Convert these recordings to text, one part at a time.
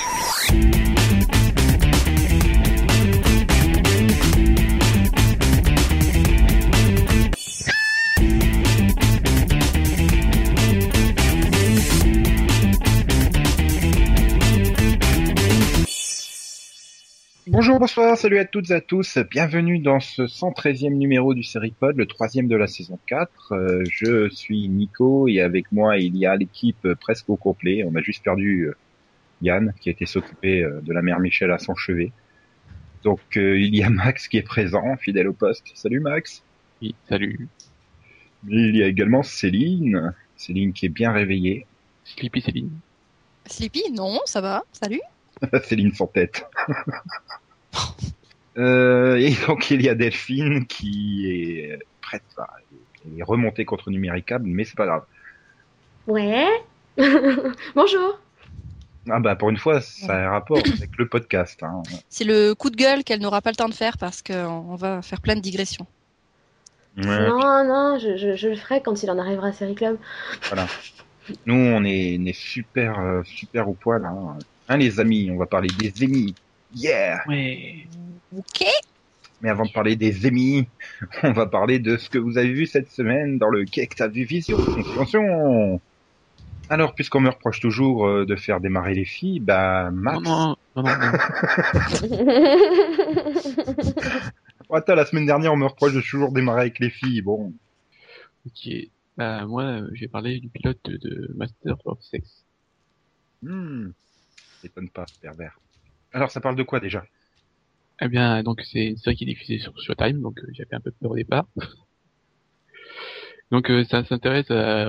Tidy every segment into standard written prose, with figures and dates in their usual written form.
Bonjour, bonsoir, salut à toutes et à tous, bienvenue dans ce 113e numéro du Seripod, le troisième de la saison 4. Je suis Nico et avec moi il y a l'équipe presque au complet. On a juste perdu Yann qui a été s'occuper de la mère Michel à son chevet. Donc il y a Max qui est présent, fidèle au poste. Salut Max. Oui, salut. Il y a également Céline qui est bien réveillée. Sleepy Céline. Sleepy, non, ça va, salut. Céline sans tête. Et donc il y a Delphine qui est prête, elle est remontée contre Numéricable, mais c'est pas grave. Ouais. Bonjour. Ah bah pour une fois, ça a un rapport avec le podcast. Hein. C'est le coup de gueule qu'elle n'aura pas le temps de faire parce qu'on va faire plein de digressions. Ouais. Non, je le ferai quand il en arrivera à Série Club. Voilà. Nous, on est super au poil. Hein, les amis, on va parler des émis. Yeah. Ouais. Ok. Mais avant de parler des émis, on va parler de ce que vous avez vu cette semaine dans le Qu'est-ce que t'as vu Vision. Attention. Alors, puisqu'on me reproche toujours de faire démarrer les filles, bah Max. Non. Attends, la semaine dernière, on me reproche de toujours démarrer avec les filles. Bon. Ok. Bah moi, j'ai parlé du pilote de Master of Sex. T'étonne pas, pervers. Alors, ça parle de quoi déjà? Eh bien, donc c'est une série qui est diffusée sur Showtime, donc j'avais un peu peur au départ. Donc ça s'intéresse à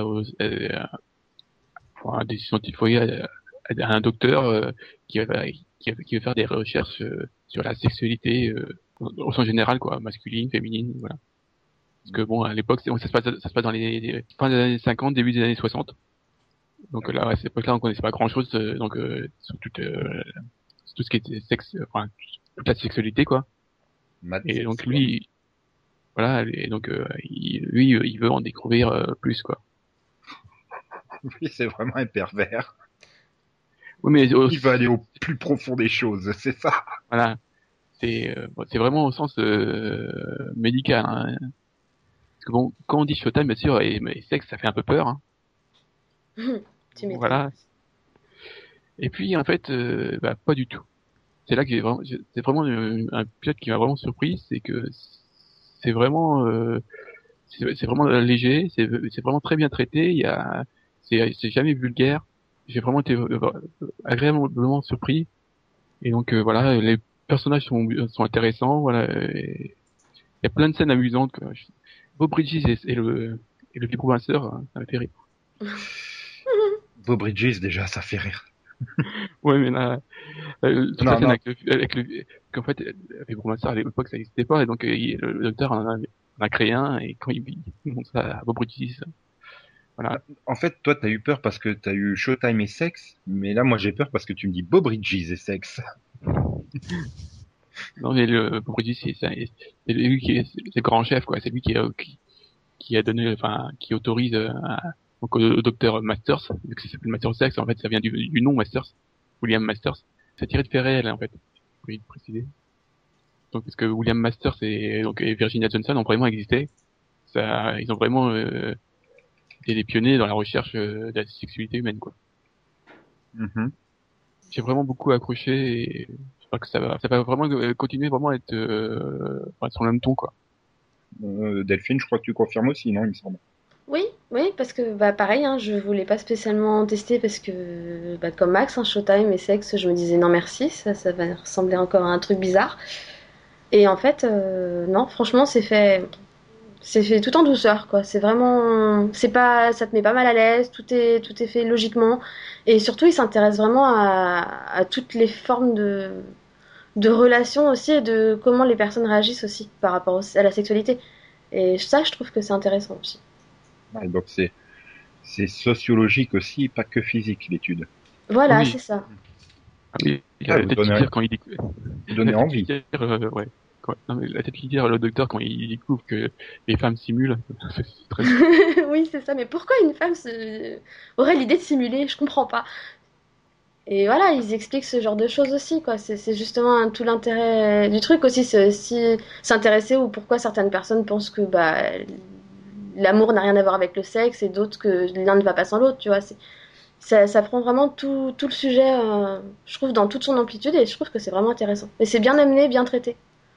des scientifiques, à un docteur qui veut faire des recherches sur la sexualité au sens général, quoi, masculine, féminine, voilà. Parce que bon, à l'époque, ça se passe dans les fin des années 50, début des années 60. Donc là, à cette époque-là, on connaissait pas grand-chose, sur tout ce qui était sexe, enfin, toute la sexualité, quoi. Et donc lui, voilà, et donc il veut en découvrir plus, quoi. Oui, c'est vraiment un pervers. Oui, mais il veut aller au plus profond des choses, c'est ça. Voilà, c'est vraiment au sens médical. Hein. Parce que bon, quand on dit Showtime, bien sûr, mais sexe, ça fait un peu peur. Hein. Tu m'étonnes. Voilà. Et puis en fait, pas du tout. C'est là que c'est vraiment un pilote qui m'a vraiment surpris, c'est que c'est vraiment léger, c'est vraiment très bien traité. C'est jamais vulgaire. J'ai vraiment été agréablement surpris. Et donc voilà, les personnages sont intéressants. Voilà, il y a plein de scènes amusantes. Quoi. Bob Bridges et le vibromasseur, hein, ça m'a fait rire. Bob Bridges déjà, ça fait rire. Ouais, mais là, toute la scène qu'en fait, le vibromasseur à l'époque ça n'existait pas, et donc le docteur en a créé un, et quand il montre ça à Bob Bridges. Voilà. En fait, toi, t'as eu peur parce que t'as eu Showtime et sexe, mais là, moi, j'ai peur parce que tu me dis Bob Bridges et sexe. Non, mais le Bob Bridges, c'est lui qui est le grand chef, quoi. C'est lui qui a donné, enfin, qui autorise donc au docteur Masters, vu que ça s'appelle Master of Sex, en fait, ça vient du nom Masters, William Masters. C'est tiré de faits réels, en fait. Oui, préciser. Donc, parce que William Masters et Virginia Johnson ont vraiment existé. Ils ont vraiment été les pionniers dans la recherche de la sexualité humaine, quoi. Mm-hmm. J'ai vraiment beaucoup accroché, et j'espère que ça va vraiment continuer vraiment à être sur le même ton, quoi. Delphine, je crois que tu confirmes aussi, non, il me semble. Oui, parce que pareil, hein, je voulais pas spécialement tester parce que comme Max, hein, Showtime et sexe, je me disais non merci, ça va ressembler encore à un truc bizarre. Et en fait, non, franchement, c'est fait tout en douceur, quoi. C'est vraiment, ça te met pas mal à l'aise, tout est fait logiquement, et surtout, il s'intéresse vraiment à toutes les formes de relations aussi et de comment les personnes réagissent aussi par rapport à la sexualité. Et ça, je trouve que c'est intéressant aussi. Ouais, donc c'est sociologique aussi, pas que physique, l'étude. Voilà, Oui. c'est ça. Ah oui, il Ah, a vous la tête qui tire quand il dit. donnez envie. Ouais. Non, mais la tête qui tire le docteur quand il découvre que les femmes simulent. C'est très... Oui, c'est ça. Mais pourquoi une femme aurait l'idée de simuler? Je comprends pas. Et voilà, ils expliquent ce genre de choses aussi, quoi. C'est justement tout l'intérêt du truc aussi, c'est aussi s'intéresser ou pourquoi certaines personnes pensent que bah l'amour n'a rien à voir avec le sexe et d'autres que l'un ne va pas sans l'autre, tu vois. Ça prend vraiment tout le sujet, je trouve, dans toute son amplitude et je trouve que c'est vraiment intéressant. Et c'est bien amené, bien traité.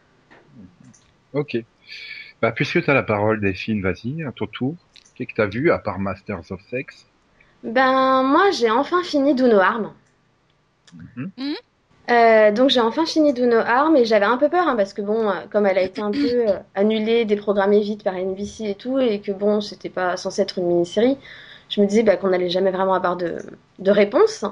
Ok. Bah, puisque t'as la parole, Delphine, vas-y, à ton tour. Qu'est-ce que t'as vu, à part Masters of Sex? Ben, moi, j'ai enfin fini Duno Harm. Mhm. Mhm. Donc j'ai enfin fini Duno Harm et j'avais un peu peur hein, parce que bon, comme elle a été un peu annulée, déprogrammée vite par NBC et tout, et que bon, c'était pas censé être une mini-série, je me disais bah, qu'on allait jamais vraiment avoir de réponse.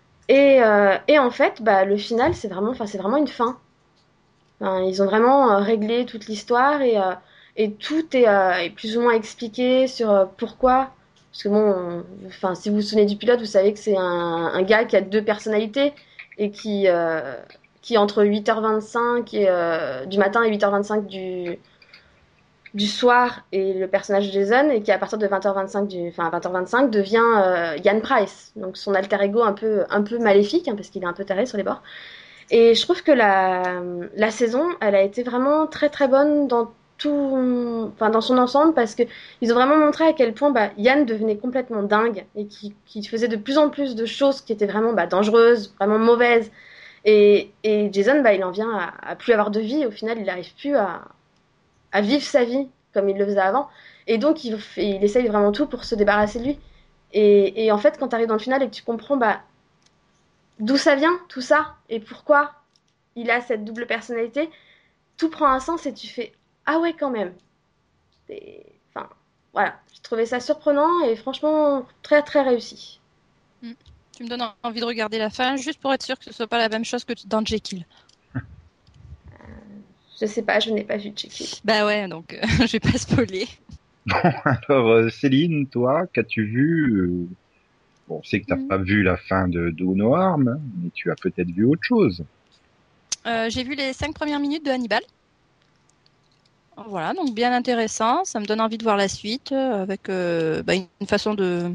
Et en fait, bah, le final, c'est vraiment une fin. Enfin, ils ont vraiment réglé toute l'histoire et tout est plus ou moins expliqué sur pourquoi. Parce que bon, enfin, si vous vous souvenez du pilote, vous savez que c'est un gars qui a deux personnalités et qui entre 8h25 du matin et 8h25 du soir est le personnage de Jason et qui à partir de 20h25 enfin 20h25 devient Ian Price, donc son alter ego un peu maléfique hein, parce qu'il est un peu taré sur les bords. Et je trouve que la saison, elle a été vraiment très très bonne dans tout, enfin dans son ensemble parce que ils ont vraiment montré à quel point bah, Yann devenait complètement dingue et qui faisait de plus en plus de choses qui étaient vraiment bah, dangereuses, vraiment mauvaises. Et Jason, bah, il en vient à plus avoir de vie. Au final, il n'arrive plus à vivre sa vie comme il le faisait avant. Et donc, il essaye vraiment tout pour se débarrasser de lui. Et en fait, quand tu arrives dans le final et que tu comprends bah, d'où ça vient, tout ça, et pourquoi il a cette double personnalité, tout prend un sens et tu fais ah ouais quand même. Enfin voilà, j'ai trouvé ça surprenant et franchement très très réussi. Mm. Tu me donnes envie de regarder la fin juste pour être sûr que ce soit pas la même chose que dans Jekyll. Je sais pas, je n'ai pas vu Jekyll. Bah ouais, donc je vais pas spoiler. Alors, Céline, toi, qu'as-tu vu? Bon, on sait que t'as Mm. pas vu la fin de No Harm, hein, mais tu as peut-être vu autre chose. J'ai vu les 5 premières minutes de Hannibal. Voilà, donc bien intéressant. Ça me donne envie de voir la suite avec bah, une façon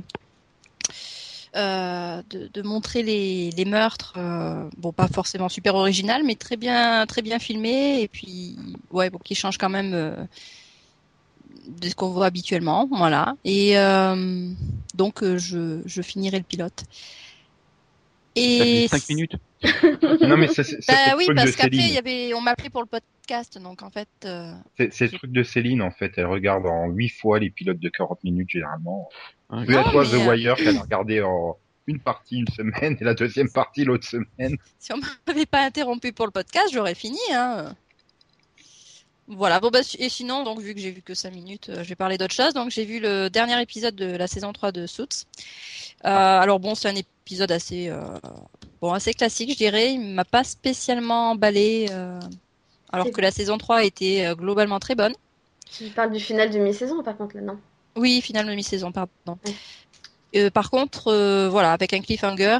de montrer les meurtres. Bon, pas forcément super original, mais très bien filmé. Et puis, ouais, bon, qui change quand même de ce qu'on voit habituellement. Voilà. Et donc, je finirai le pilote. T'as fini Et 5 minutes. Non, mais c'est bah le oui, truc de parce qu'après, Céline. on m'appelait pour le podcast, donc en fait, C'est le j'ai truc de Céline, en fait. Elle regarde en 8 fois les pilotes de 40 minutes, généralement. Hein, Puis à non, toi, The mais Wire, qu'elle a regardé en une partie une semaine et la deuxième partie l'autre semaine. si on m'avait pas interrompu pour le podcast, j'aurais fini, hein. Voilà. Bon, bah, et sinon, donc, vu que j'ai vu que 5 minutes, je vais parler d'autre chose. Donc, j'ai vu le dernier épisode de la saison 3 de Suits. Alors, bon, c'est un épisode assez classique, je dirais. Il m'a pas spécialement emballé, alors C'est que la saison 3 était globalement très bonne. Tu parles du final de mi-saison par contre là non. Oui, finale de mi-saison, pardon. Ouais. Par contre, voilà, avec un cliffhanger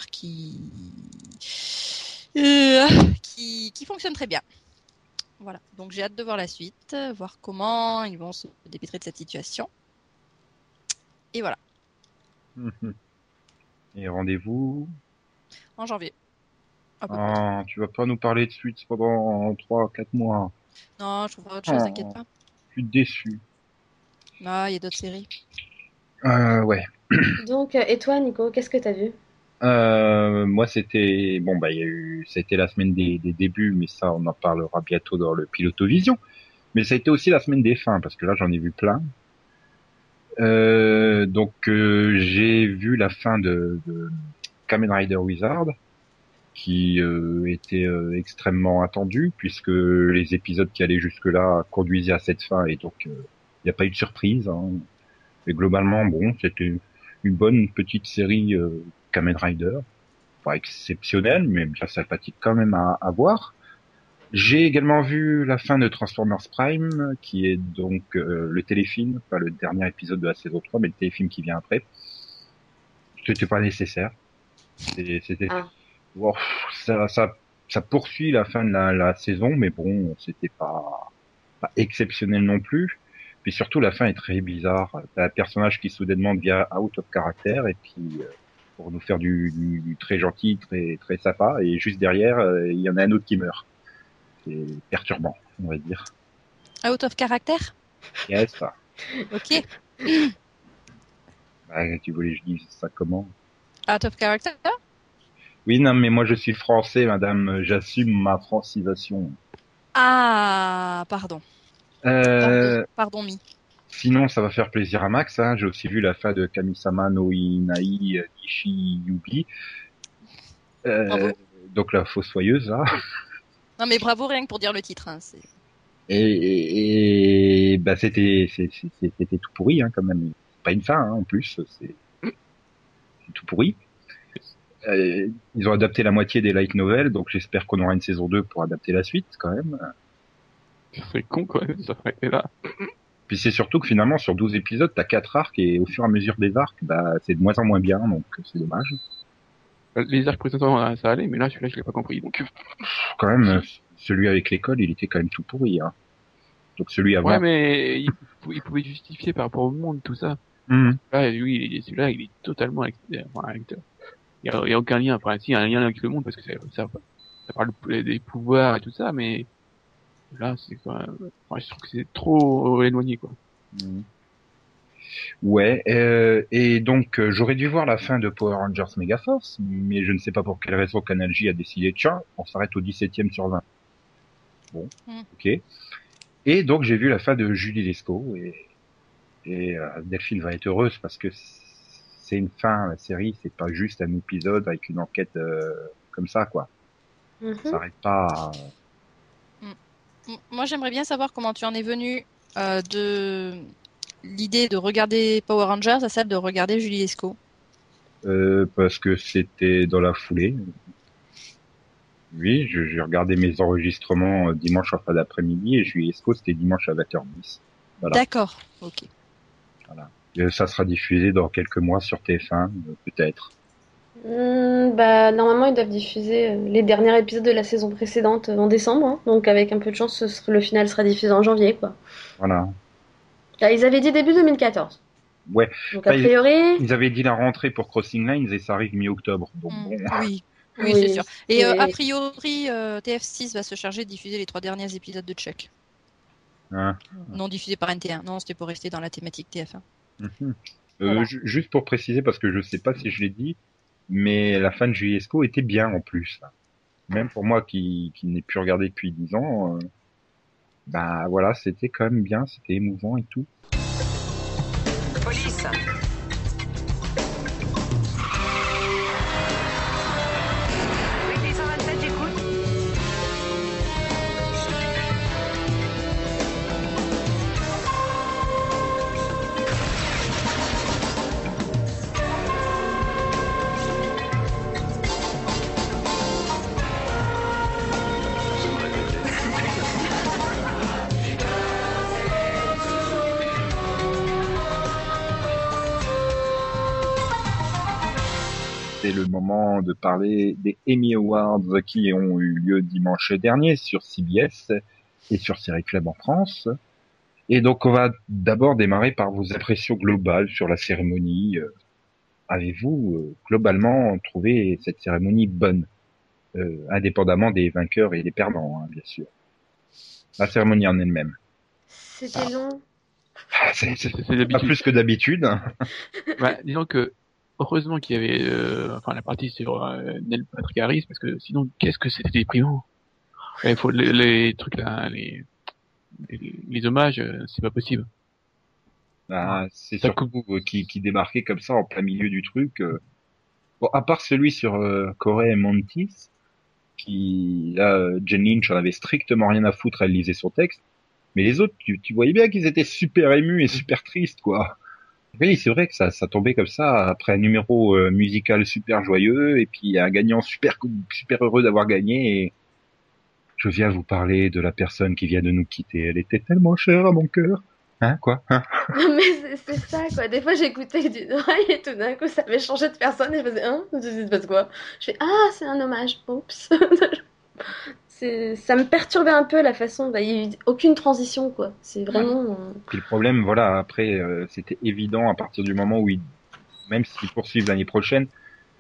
euh, qui fonctionne très bien. Voilà. Donc, j'ai hâte de voir la suite, voir comment ils vont se dépêtrer de cette situation. Et voilà, Et rendez-vous. en janvier, à peu près. Ah, tu vas pas nous parler de suite pendant 3, 4 mois. Non, je trouverai autre chose, t'inquiète Oh, pas. je suis déçu. Ah, il y a d'autres séries. Ouais. Donc et toi Nico, qu'est-ce que t'as vu? Moi, c'était bon, bah, c'était la semaine des débuts, mais ça, on en parlera bientôt dans le Pilotovision. Mais ça a été aussi la semaine des fins, parce que là, j'en ai vu plein. Donc, j'ai vu la fin de Kamen Rider Wizard, qui était extrêmement attendue, puisque les épisodes qui allaient jusque-là conduisaient à cette fin, et donc il n'y a pas eu de surprise. Hein. Et globalement, bon, c'était une bonne petite série Kamen Rider, pas exceptionnelle, mais bien sympathique quand même à voir. J'ai également vu la fin de Transformers Prime, qui est donc le téléfilm, pas le dernier épisode de la saison 3, mais le téléfilm qui vient après. C'était pas nécessaire. C'était Ah, wow, ça poursuit la fin de la saison, mais bon, c'était pas exceptionnel non plus. Puis surtout, la fin est très bizarre. T'as un personnage qui soudainement devient out of character, et puis pour nous faire du très gentil, très très sympa, et juste derrière, il y en a un autre qui meurt. C'est perturbant, on va dire. Out of character? Yes, ça. Ok. Bah, tu voulais que je dise ça comment? Out of character? Oui, non, mais moi je suis français, madame, j'assume ma francisation. Ah, pardon. Pardon, Mi. Sinon, ça va faire plaisir à Max, hein. J'ai aussi vu la fin de Kamisama no Inai Nishi Yubi. Bravo. Donc la fossoyeuse, là. Non, mais bravo rien que pour dire le titre. Hein, c'est... Et bah c'était tout pourri, hein, quand même. Pas une fin, hein, en plus, c'est tout pourri. Ils ont adapté la moitié des light novels, donc j'espère qu'on aura une saison 2 pour adapter la suite, quand même. C'est con, quoi, ça aurait été là. Puis c'est surtout que finalement, sur 12 épisodes, t'as 4 arcs, et au fur et à mesure des arcs, bah, c'est de moins en moins bien, donc c'est dommage. Les arcs précédents, ça allait, mais là, celui-là, je l'ai pas compris, donc... Quand même, celui avec l'école, il était quand même tout pourri, hein. Donc celui avant... Ouais, mais il pouvait justifier par rapport au monde, tout ça. Là, lui, celui-là, il est totalement acteur. Il y a aucun lien. Enfin, si, il y a un lien avec le monde, parce que ça parle des pouvoirs et tout ça, mais là, c'est quand même... Enfin, je trouve que c'est trop éloigné, quoi. Ouais, et donc j'aurais dû voir la fin de Power Rangers Megaforce, mais je ne sais pas pour quelle raison Canal J a décidé de tiens, on s'arrête au 17e sur 20. Bon, ok. Et donc j'ai vu la fin de Julie Lescaut, et Delphine va être heureuse parce que c'est une fin, la série, c'est pas juste un épisode avec une enquête comme ça, quoi. Ça s'arrête pas à... Moi, j'aimerais bien savoir comment tu en es venu de l'idée de regarder Power Rangers à celle de regarder Julie Lescaut. Parce que c'était dans la foulée. Oui, j'ai regardé mes enregistrements dimanche en fin d'après-midi, et Julie Lescaut, c'était dimanche à 20h10. Voilà. D'accord, ok. Voilà. Ça sera diffusé dans quelques mois sur TF1, peut-être. Bah, normalement, ils doivent diffuser les derniers épisodes de la saison précédente en décembre, hein. Donc avec un peu de chance, le final sera diffusé en janvier, quoi. Voilà. Là, ils avaient dit début 2014. Ouais. Donc a priori... Ils avaient dit la rentrée pour Crossing Lines et ça arrive mi-octobre. Donc bon. Oui, c'est sûr. Et a priori, TF6 va se charger de diffuser les 3 derniers épisodes de Chuck. Non diffusés par NT1. Non, c'était pour rester dans la thématique TF1. Voilà. Juste pour préciser, parce que je sais pas si je l'ai dit, mais la fin de Julie Lescaut était bien en plus. Même pour moi qui n'ai plus regardé depuis 10 ans, bah voilà, c'était quand même bien, c'était émouvant et tout. Police. Oui, 127, j'écoute. C'est le moment de parler des Emmy Awards qui ont eu lieu dimanche dernier sur CBS et sur Série Club en France. Et donc on va d'abord démarrer par vos impressions globales sur la cérémonie. Avez-vous globalement trouvé cette cérémonie bonne, indépendamment des vainqueurs et des perdants, hein, bien sûr. La cérémonie en elle-même. C'était long. C'est pas plus que d'habitude. Bah, disons que heureusement qu'il y avait la partie sur Neil Patrick Harris, parce que sinon qu'est-ce que c'était déprimant. Il faut les trucs là, les hommages, c'est pas possible. Ah, c'est surtout qui débarquait comme ça en plein milieu du truc. Bon, à part celui sur Corey et Montis, qui là, Jen Lynch en avait strictement rien à foutre, elle lisait son texte. Mais les autres, tu voyais bien qu'ils étaient super émus et super tristes, quoi. Oui, c'est vrai que ça tombait comme ça après un numéro musical super joyeux et puis un gagnant super heureux d'avoir gagné. Et je viens vous parler de la personne qui vient de nous quitter. Elle était tellement chère à mon cœur. Hein, quoi, hein? Non, mais c'est ça, quoi. Des fois, j'écoutais d'une oreille et tout d'un coup, ça avait changé de personne et je faisais, ça se passe quoi? Je fais, ah, c'est un hommage. Oups. Ça me perturbait un peu la façon, il y a eu aucune transition, quoi. C'est vraiment... Et le problème, voilà, après, c'était évident à partir du moment où même s'ils poursuivent l'année prochaine,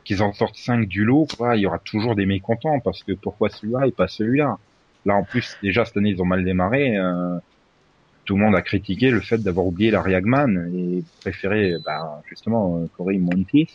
qu'ils en sortent 5 du lot, quoi, il y aura toujours des mécontents parce que pourquoi celui-là et pas celui-là. Là, en plus, déjà cette année, ils ont mal démarré. Tout le monde a critiqué le fait d'avoir oublié Larry Hagman et préféré, justement, Corey Monteith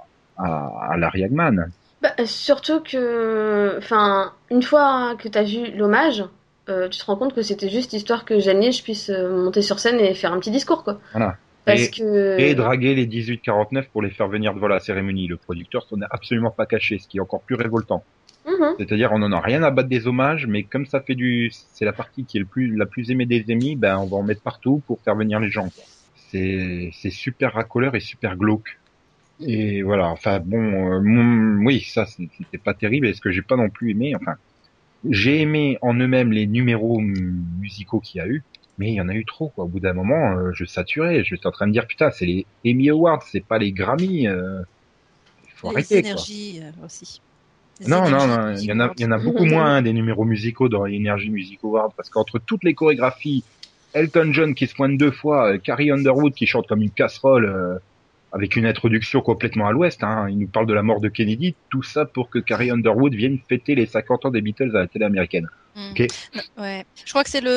à Larry Hagman. Bah, surtout que, enfin, une fois que t'as vu l'hommage, tu te rends compte que c'était juste histoire que Jeanne puisse monter sur scène et faire un petit discours, quoi. Voilà. Parce Et que, draguer les 18-49 pour les faire venir devant la cérémonie. Le producteur s'en est absolument pas caché, ce qui est encore plus révoltant. Mhm. C'est-à-dire, on en a rien à battre des hommages, mais comme ça fait c'est la partie qui est la plus aimée des Emmy, on va en mettre partout pour faire venir les gens, quoi. C'est super racoleur et super glauque. Et voilà, enfin bon, oui, ça c'était pas terrible. Et ce que j'ai pas non plus aimé, enfin, j'ai aimé en eux-mêmes les numéros musicaux qu'il y a eu, mais il y en a eu trop, quoi. Au bout d'un moment, je saturais. Je suis en train de dire, putain, c'est les Emmy Awards, c'est pas les Grammy. Il faut Les arrêter, quoi. énergies aussi. Les Non, non, énergies non, Music Awards. il y en a beaucoup moins des numéros musicaux dans Energy Music Award parce qu'entre toutes les chorégraphies, Elton John qui se pointe 2 fois, Carrie Underwood qui chante comme une casserole avec une introduction complètement à l'ouest, hein, il nous parle de la mort de Kennedy, tout ça pour que Carrie Underwood vienne fêter les 50 ans des Beatles à la télé américaine. Ok. Ouais. Je crois que c'est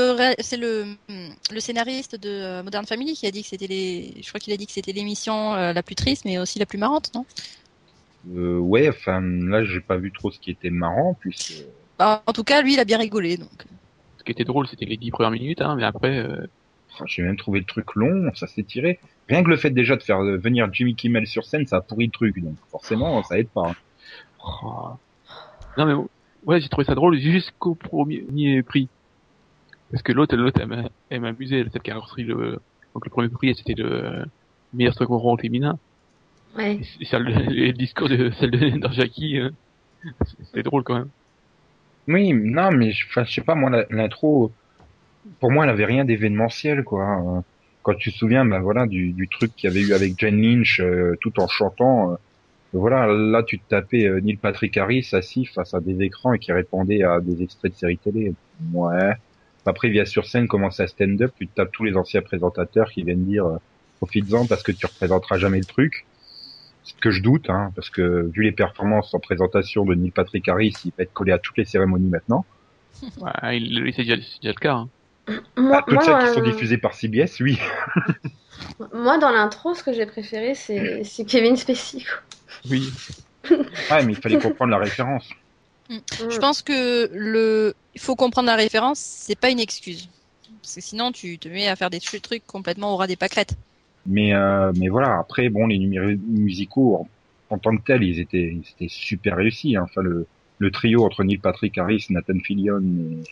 le scénariste de Modern Family qui a dit que c'était je crois qu'il a dit que c'était l'émission la plus triste mais aussi la plus marrante, non? Ouais, enfin là j'ai pas vu trop ce qui était marrant puisque En tout cas, lui, il a bien rigolé, donc. Ce qui était drôle, c'était les 10 premières minutes, hein, mais après, j'ai même trouvé le truc long, ça s'est tiré. Rien que le fait déjà de faire venir Jimmy Kimmel sur scène, ça a pourri le truc, donc forcément ça aide pas. Hein. oh. Non mais ouais, j'ai trouvé ça drôle jusqu'au premier prix. Parce que l'autre, elle m'amusait, celle qui a reçu donc le premier prix, c'était le meilleur second rôle féminin. ouais. Et ça, le discours de celle de Darjaki, c'était drôle quand même. Oui, non, mais enfin, je sais pas, moi, l'intro, pour moi, elle avait rien d'événementiel, quoi. Quand tu te souviens, voilà, du truc qu'il y avait eu avec Jane Lynch, tout en chantant, voilà, là, tu te tapais Neil Patrick Harris assis face à des écrans et qui répondait à des extraits de séries télé. Ouais. Après, via sur scène, commencer à stand-up, tu te tapes tous les anciens présentateurs qui viennent dire, profites-en parce que tu représenteras jamais le truc. Ce que je doute, hein, parce que vu les performances en présentation de Neil Patrick Harris, il va être collé à toutes les cérémonies maintenant. Ouais, c'est déjà le cas. Hein. Toutes celles qui sont diffusées par CBS, oui. Moi, dans l'intro, ce que j'ai préféré, c'est Kevin Spacey, quoi. Oui. Ouais, mais il fallait comprendre la référence. Je pense que il faut comprendre la référence, c'est pas une excuse. Parce que sinon, tu te mets à faire des trucs complètement au ras des pâquerettes. Mais voilà, après, bon, les numéros musicaux, en tant que tels, ils étaient super réussis. Hein. Enfin, le trio entre Neil Patrick Harris, Nathan Fillion et...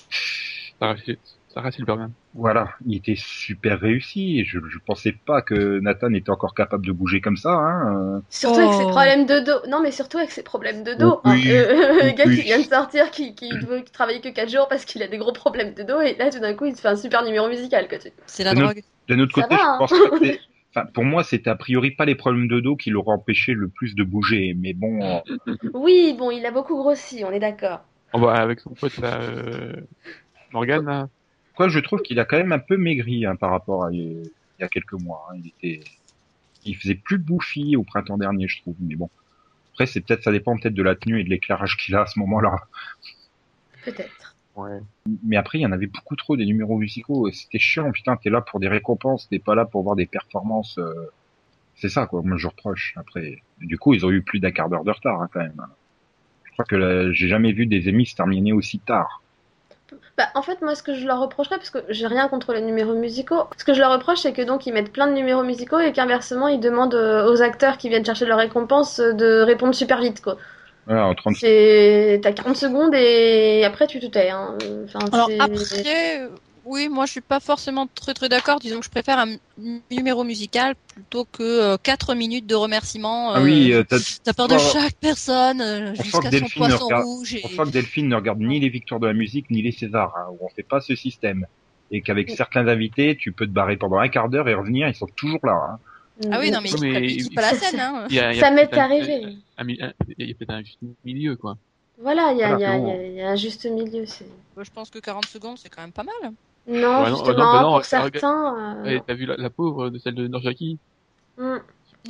Sarah Silverman. Voilà, il était super réussi. Je pensais pas que Nathan était encore capable de bouger comme ça. Hein. Surtout avec ses problèmes de dos. Non, mais surtout avec ses problèmes de dos. Oui, Le gars oui. qui vient de sortir, qui veut travailler que 4 jours parce qu'il a des gros problèmes de dos, et là, tout d'un coup, il se fait un super numéro musical, quoi. C'est la De drogue. D'un autre Ça côté, va, je hein. pense pas que enfin, pour moi, c'était a priori pas les problèmes de dos qui l'auraient empêché le plus de bouger. Mais bon, Oui, bon, il a beaucoup grossi, on est d'accord. On va avec son pote là, Morgan là. quoi, je trouve qu'il a quand même un peu maigri hein, par rapport à il y a quelques mois. Hein. Il faisait plus bouffi au printemps dernier, je trouve. Mais bon, après, ça dépend peut-être de la tenue et de l'éclairage qu'il a à ce moment-là. Peut-être. Ouais. Mais après, il y en avait beaucoup trop des numéros musicaux. Et c'était chiant, putain, t'es là pour des récompenses, t'es pas là pour voir des performances. C'est ça, quoi. Moi, je reproche. Après, du coup, ils ont eu plus d'1 quart d'heure de retard, hein, quand même. Je crois que j'ai jamais vu des émis se terminer aussi tard. Bah, en fait, moi, ce que je leur reprocherais, parce que j'ai rien contre les numéros musicaux, ce que je leur reproche, c'est que donc ils mettent plein de numéros musicaux et qu'inversement, ils demandent aux acteurs qui viennent chercher leur récompense de répondre super vite, quoi. Voilà, en 30 T'as 40 secondes et après tu te tais, hein. Enfin, Alors c'est... après, oui, moi je suis pas forcément très d'accord. Disons que je préfère un numéro musical plutôt que 4 minutes de remerciements. Ah oui, t'as peur de chaque personne jusqu'à son poisson rouge. On sent que Delphine ne regarde ni les victoires de la musique ni les Césars, hein, où on fait pas ce système. Et qu'avec certains invités, tu peux te barrer pendant 1 quart d'heure et revenir, ils sont toujours là. Hein. Ah oui, non, mais il quitte pas la scène. Hein. Ça m'est arrivé. Il y a peut-être un juste milieu, quoi. Voilà, il y Voilà. a un juste milieu. Moi, je pense que 40 secondes, c'est quand même pas mal. Non, Ouais, justement, non, pour certains... Ouais, t'as vu la pauvre de celle de Norjaki? Mm. Non.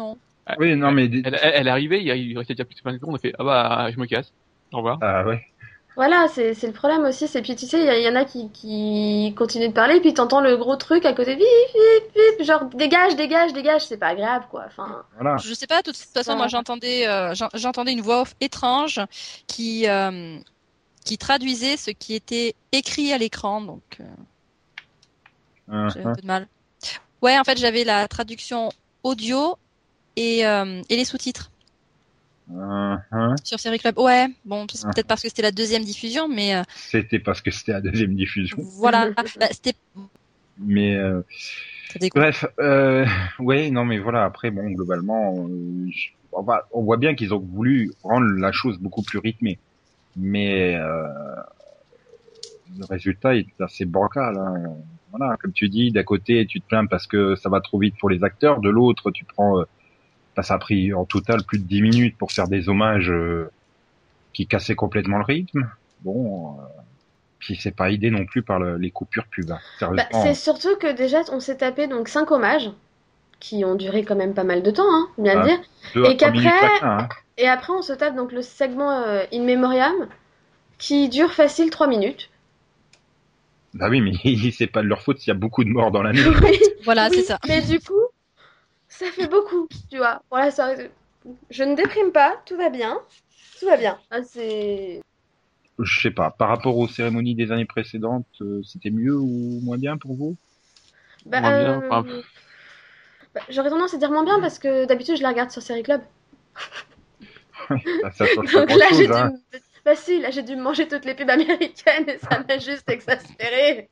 Oui, non, mais Elle est arrivée, il restait déjà plus de 20 secondes, on a fait, ah bah, je me casse. Au revoir. ah ouais. Voilà, c'est le problème aussi. C'est puis tu sais, il y en a qui continuent de parler, puis t'entends le gros truc à côté, vip, vip, vip, genre dégage, dégage, dégage. C'est pas agréable, quoi. Enfin, Voilà. Je sais pas, de toute façon, moi j'entendais une voix off étrange qui traduisait ce qui était écrit à l'écran, donc j'avais un peu de mal. Ouais, en fait, j'avais la traduction audio et les sous-titres sur Série Club. Ouais, bon, c'est peut-être parce que c'était la deuxième diffusion, mais C'était parce que c'était la deuxième diffusion. voilà, bah, c'était. Mais Ça déconne. bref, ouais, non, mais voilà. Après, bon, globalement, on voit bien qu'ils ont voulu rendre la chose beaucoup plus rythmée, mais le résultat est assez bancal. Hein. Voilà, comme tu dis, d'un côté, tu te plains parce que ça va trop vite pour les acteurs, de l'autre, tu prends, ça a pris en total plus de 10 minutes pour faire des hommages qui cassaient complètement le rythme. Bon. Puis c'est pas aidé non plus par les coupures pub. Hein. bah, Sérieusement. c'est surtout que déjà, on s'est tapé donc 5 hommages qui ont duré quand même pas mal de temps, hein, bien le dire. 2 à Et 3 minutes qu'après, chacun. Hein. et après, on se tape donc le segment In Memoriam qui dure facile 3 minutes. Bah oui, mais c'est pas de leur faute s'il y a beaucoup de morts dans l'année. Oui, Voilà, oui, c'est ça. mais du coup, ça fait beaucoup, tu vois. Pour la soirée, je ne déprime pas, tout va bien. Tout va bien. Ah, c'est... Je sais pas. Par rapport aux cérémonies des années précédentes, c'était mieux ou moins bien pour vous? Bah, Moins bien, enfin, bah, j'aurais tendance à dire moins bien parce que d'habitude, je la regarde sur Série Club. Bah, ça change pas Donc grand là, chose. Hein. Bah si, là, j'ai dû manger toutes les pubs américaines et ça m'a juste exaspéré.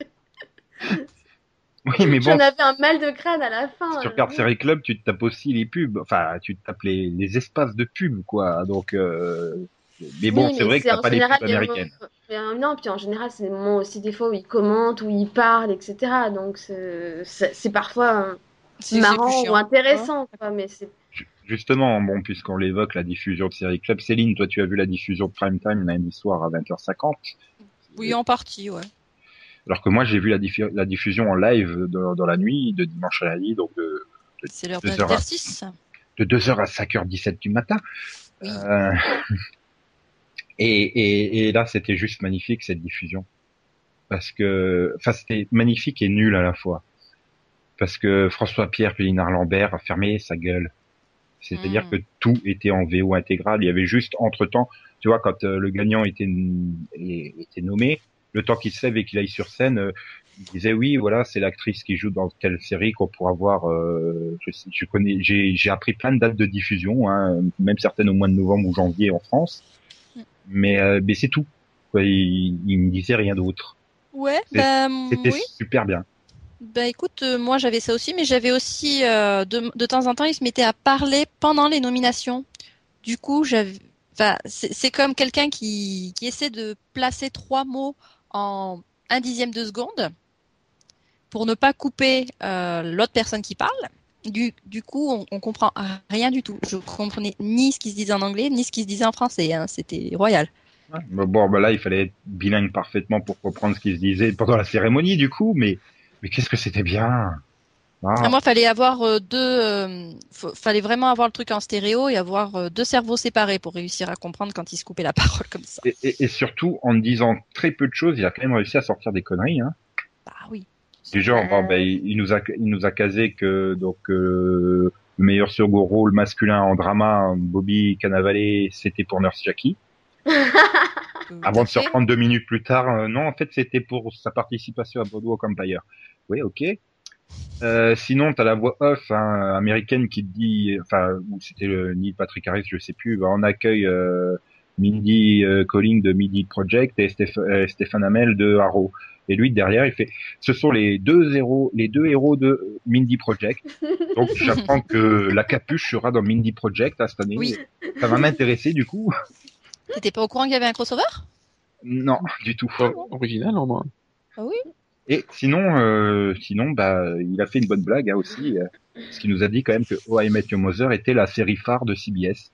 Oui, mais bon, J'en avais un mal de crâne à la fin. si tu regardes Série Club, tu te tapes aussi les pubs. Enfin, tu te tapes les espaces de pub, quoi. Donc, mais bon, Oui, c'est mais vrai que c'est t'as en pas les général pubs des américaines. non, puis en général, c'est des moments aussi des fois où ils commentent, où ils parlent, etc. Donc c'est parfois C'est plus marrant ou chiant. intéressant, quoi, mais c'est... Justement, bon, puisqu'on l'évoque, la diffusion de Série Club. Céline, toi, tu as vu la diffusion de Prime Time lundi soir à 20h50. Oui, en partie, ouais. Alors que moi, j'ai vu la diffusion en live dans la nuit, de dimanche à lundi, donc C'est l'heure 2 heures d'exercice. de 2h à 5h17 du matin. Oui. Et là, c'était juste magnifique, cette diffusion. Parce que, enfin, c'était magnifique et nul à la fois. Parce que François-Pierre Pélinard Lambert a fermé sa gueule. C'est-à-dire que tout était en VO intégrale. Il y avait juste entre-temps, tu vois, quand le gagnant était nommé, le temps qu'il se lève et qu'il aille sur scène, il disait oui, voilà, c'est l'actrice qui joue dans telle série qu'on pourra voir. Je connais, j'ai appris plein de dates de diffusion, hein, même certaines au mois de novembre ou janvier en France, mais c'est tout. Quoi, il me disait rien d'autre. Ouais, C'était oui. super bien. Bah écoute, moi j'avais ça aussi, mais j'avais aussi de temps en temps, il se mettait à parler pendant les nominations. Du coup, c'est comme quelqu'un qui essaie de placer 3 mots en 1/10 de seconde pour ne pas couper l'autre personne qui parle. Du coup, on comprend rien du tout. Je comprenais ni ce qui se disait en anglais, ni ce qui se disait en français. Hein. C'était royal. Ouais, bon, là, il fallait être bilingue parfaitement pour comprendre ce qui se disait pendant la cérémonie, du coup, mais qu'est-ce que c'était bien. Ah. Moi, fallait avoir fallait vraiment avoir le truc en stéréo et avoir 2 cerveaux séparés pour réussir à comprendre quand il se coupait la parole comme ça. Et surtout, en disant très peu de choses, il a quand même réussi à sortir des conneries, hein. Bah oui. Du genre, il nous a casé que, donc, le meilleur second rôle masculin en drama, Bobby Cannavale, c'était pour Nurse Jackie. Avant de se reprendre 2 minutes plus tard, non, en fait, c'était pour sa participation à Boardwalk Empire. Oui, ok. Sinon, t'as la voix off américaine qui te dit, enfin, ou c'était Neil Patrick Harris, je sais plus, on accueille Mindy Kaling de Mindy Project et Stéphane Hamel de Arrow. Et lui derrière, il fait, ce sont les deux héros de Mindy Project. Donc j'apprends que la capuche sera dans Mindy Project cette année. Oui. Ça va m'intéresser du coup. T'étais pas au courant qu'il y avait un crossover? Non, du tout. Original, au moins. Ah oui. Et sinon, il a fait une bonne blague aussi, parce qu'il nous a dit quand même que Oh I Met Your Mother était la série phare de CBS.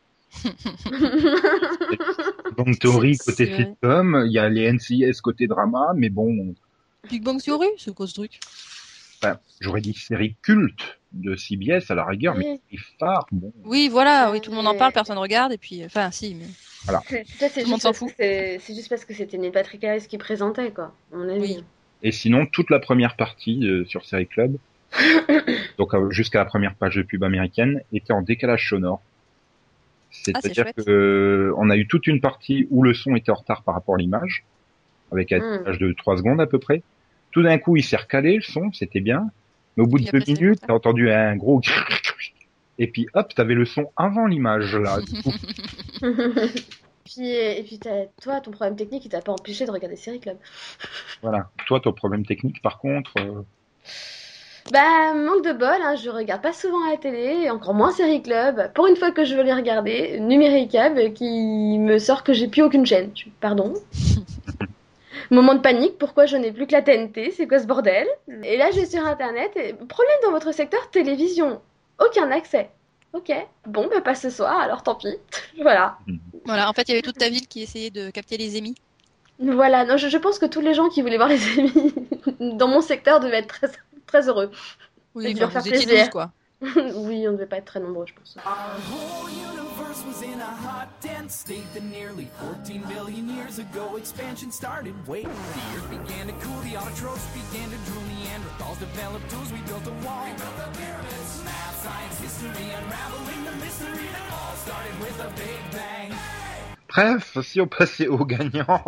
Donc Tori côté C'est vrai. sitcom, il y a les NCIS côté drama, mais bon. Big Bang Theory, c'est quoi ce truc? enfin, j'aurais dit série culte de CBS à la rigueur, mais Oui. série phare, bon, Oui, voilà, oui, tout le monde en parle, Mais- personne regarde, et puis, enfin, si, mais Peut-être c'est tout le monde juste s'en parce que fout. c'est juste parce que c'était Neil Patrick Harris qui présentait, quoi, à mon avis. Oui. Et sinon, toute la première partie sur Série Club, donc jusqu'à la première page de pub américaine, était en décalage sonore. Ah, c'est C'est-à-dire chouette. que on a eu toute une partie où le son était en retard par rapport à l'image, avec un décalage de 3 secondes à peu près. Tout d'un coup, il s'est recalé le son, c'était bien. Mais au bout de Puis 2 après, c'est le minutes, contraire. t'as entendu un gros et puis hop, t'avais le son avant l'image là. Du coup, Et puis toi, ton problème technique, il t'a pas empêché de regarder Série Club. voilà. Toi, ton problème technique, par contre, Bah, manque de bol, hein, je regarde pas souvent à la télé, et encore moins Série Club. Pour une fois que je veux les regarder, Numéricable qui me sort que j'ai plus aucune chaîne. Pardon. Moment de panique, pourquoi je n'ai plus que la TNT? C'est quoi ce bordel? Et là, je vais sur internet, et problème dans votre secteur télévision. Aucun accès. Ok, bon, bah pas ce soir, alors tant pis. Voilà. Voilà, en fait, il y avait toute ta ville qui essayait de capter les émis. Voilà, non, je pense que tous les gens qui voulaient voir les amis dans mon secteur devaient être très, très heureux. Oui, Et de enfin, leur faire vous étiez plaisir. 12, quoi. Oui, on ne devait pas être très nombreux, je pense. Our whole universe was in a hot, dense state that nearly 14 billion years ago expansion started. Wait, the earth began to cool, the autotrophs began to drool, Neanderthals developed tools, we built a wall. We built the pyramids, math, science, history, unraveling the mystery that all started with a big bang. bref, si on passait aux gagnants.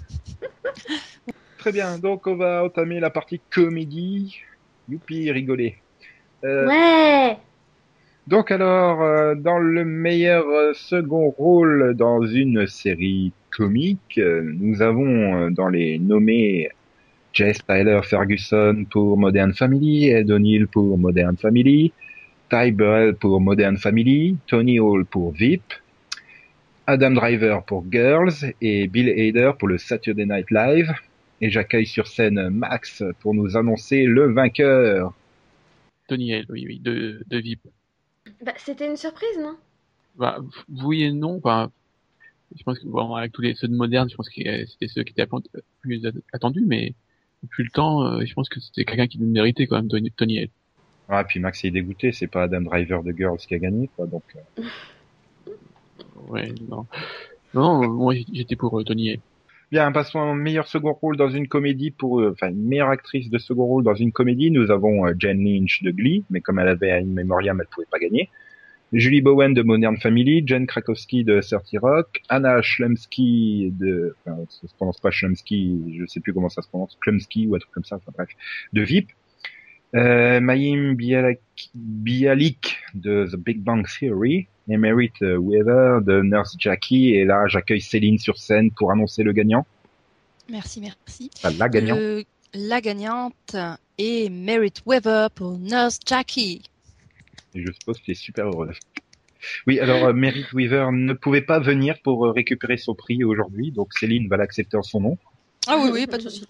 Très bien, donc on va entamer la partie comédie. Youpi, rigoler. Ouais. Donc alors, dans le meilleur second rôle dans une série comique, nous avons dans les nommés Jess Tyler Ferguson pour Modern Family, Ed O'Neill pour Modern Family, Ty Burrell pour Modern Family, Tony Hall pour VIP, Adam Driver pour Girls et Bill Hader pour le Saturday Night Live. Et j'accueille sur scène Max pour nous annoncer le vainqueur. Tony Hale, oui, de VIP. Bah, c'était une surprise, non? Bah, oui et non, enfin, je pense que, bon, avec tous les ceux de modernes, je pense que c'était ceux qui étaient plus attendus, mais depuis le temps, je pense que c'était quelqu'un qui le méritait quand même, Tony Hale. Ah, puis Max est dégoûté, c'est pas Adam Driver de Girls qui a gagné, quoi, donc... Ouais, non. Non, moi j'étais pour Tony Hale. Bien, passons au meilleur second rôle dans une comédie pour, enfin, une meilleure actrice de second rôle dans une comédie. Nous avons Jane Lynch de Glee, mais comme elle avait une memoriam, elle pouvait pas gagner. Julie Bowen de Modern Family, Jen Krakowski de 30 Rock, Anna Chlumsky de, enfin, ça se prononce pas Chlumsky, je sais plus comment ça se prononce, Chlumsky ou un truc comme ça, enfin, bref, de VIP. Mayim Bialik de The Big Bang Theory, et Merritt Weaver de Nurse Jackie, et là j'accueille Céline sur scène pour annoncer le gagnant. Merci, merci. Enfin, la gagnante. La gagnante est Merritt Weaver pour Nurse Jackie. Et je suppose que tu es super heureuse. Oui, alors Merritt Weaver ne pouvait pas venir pour récupérer son prix aujourd'hui, donc Céline va l'accepter en son nom. Ah oui, oui, pas de souci.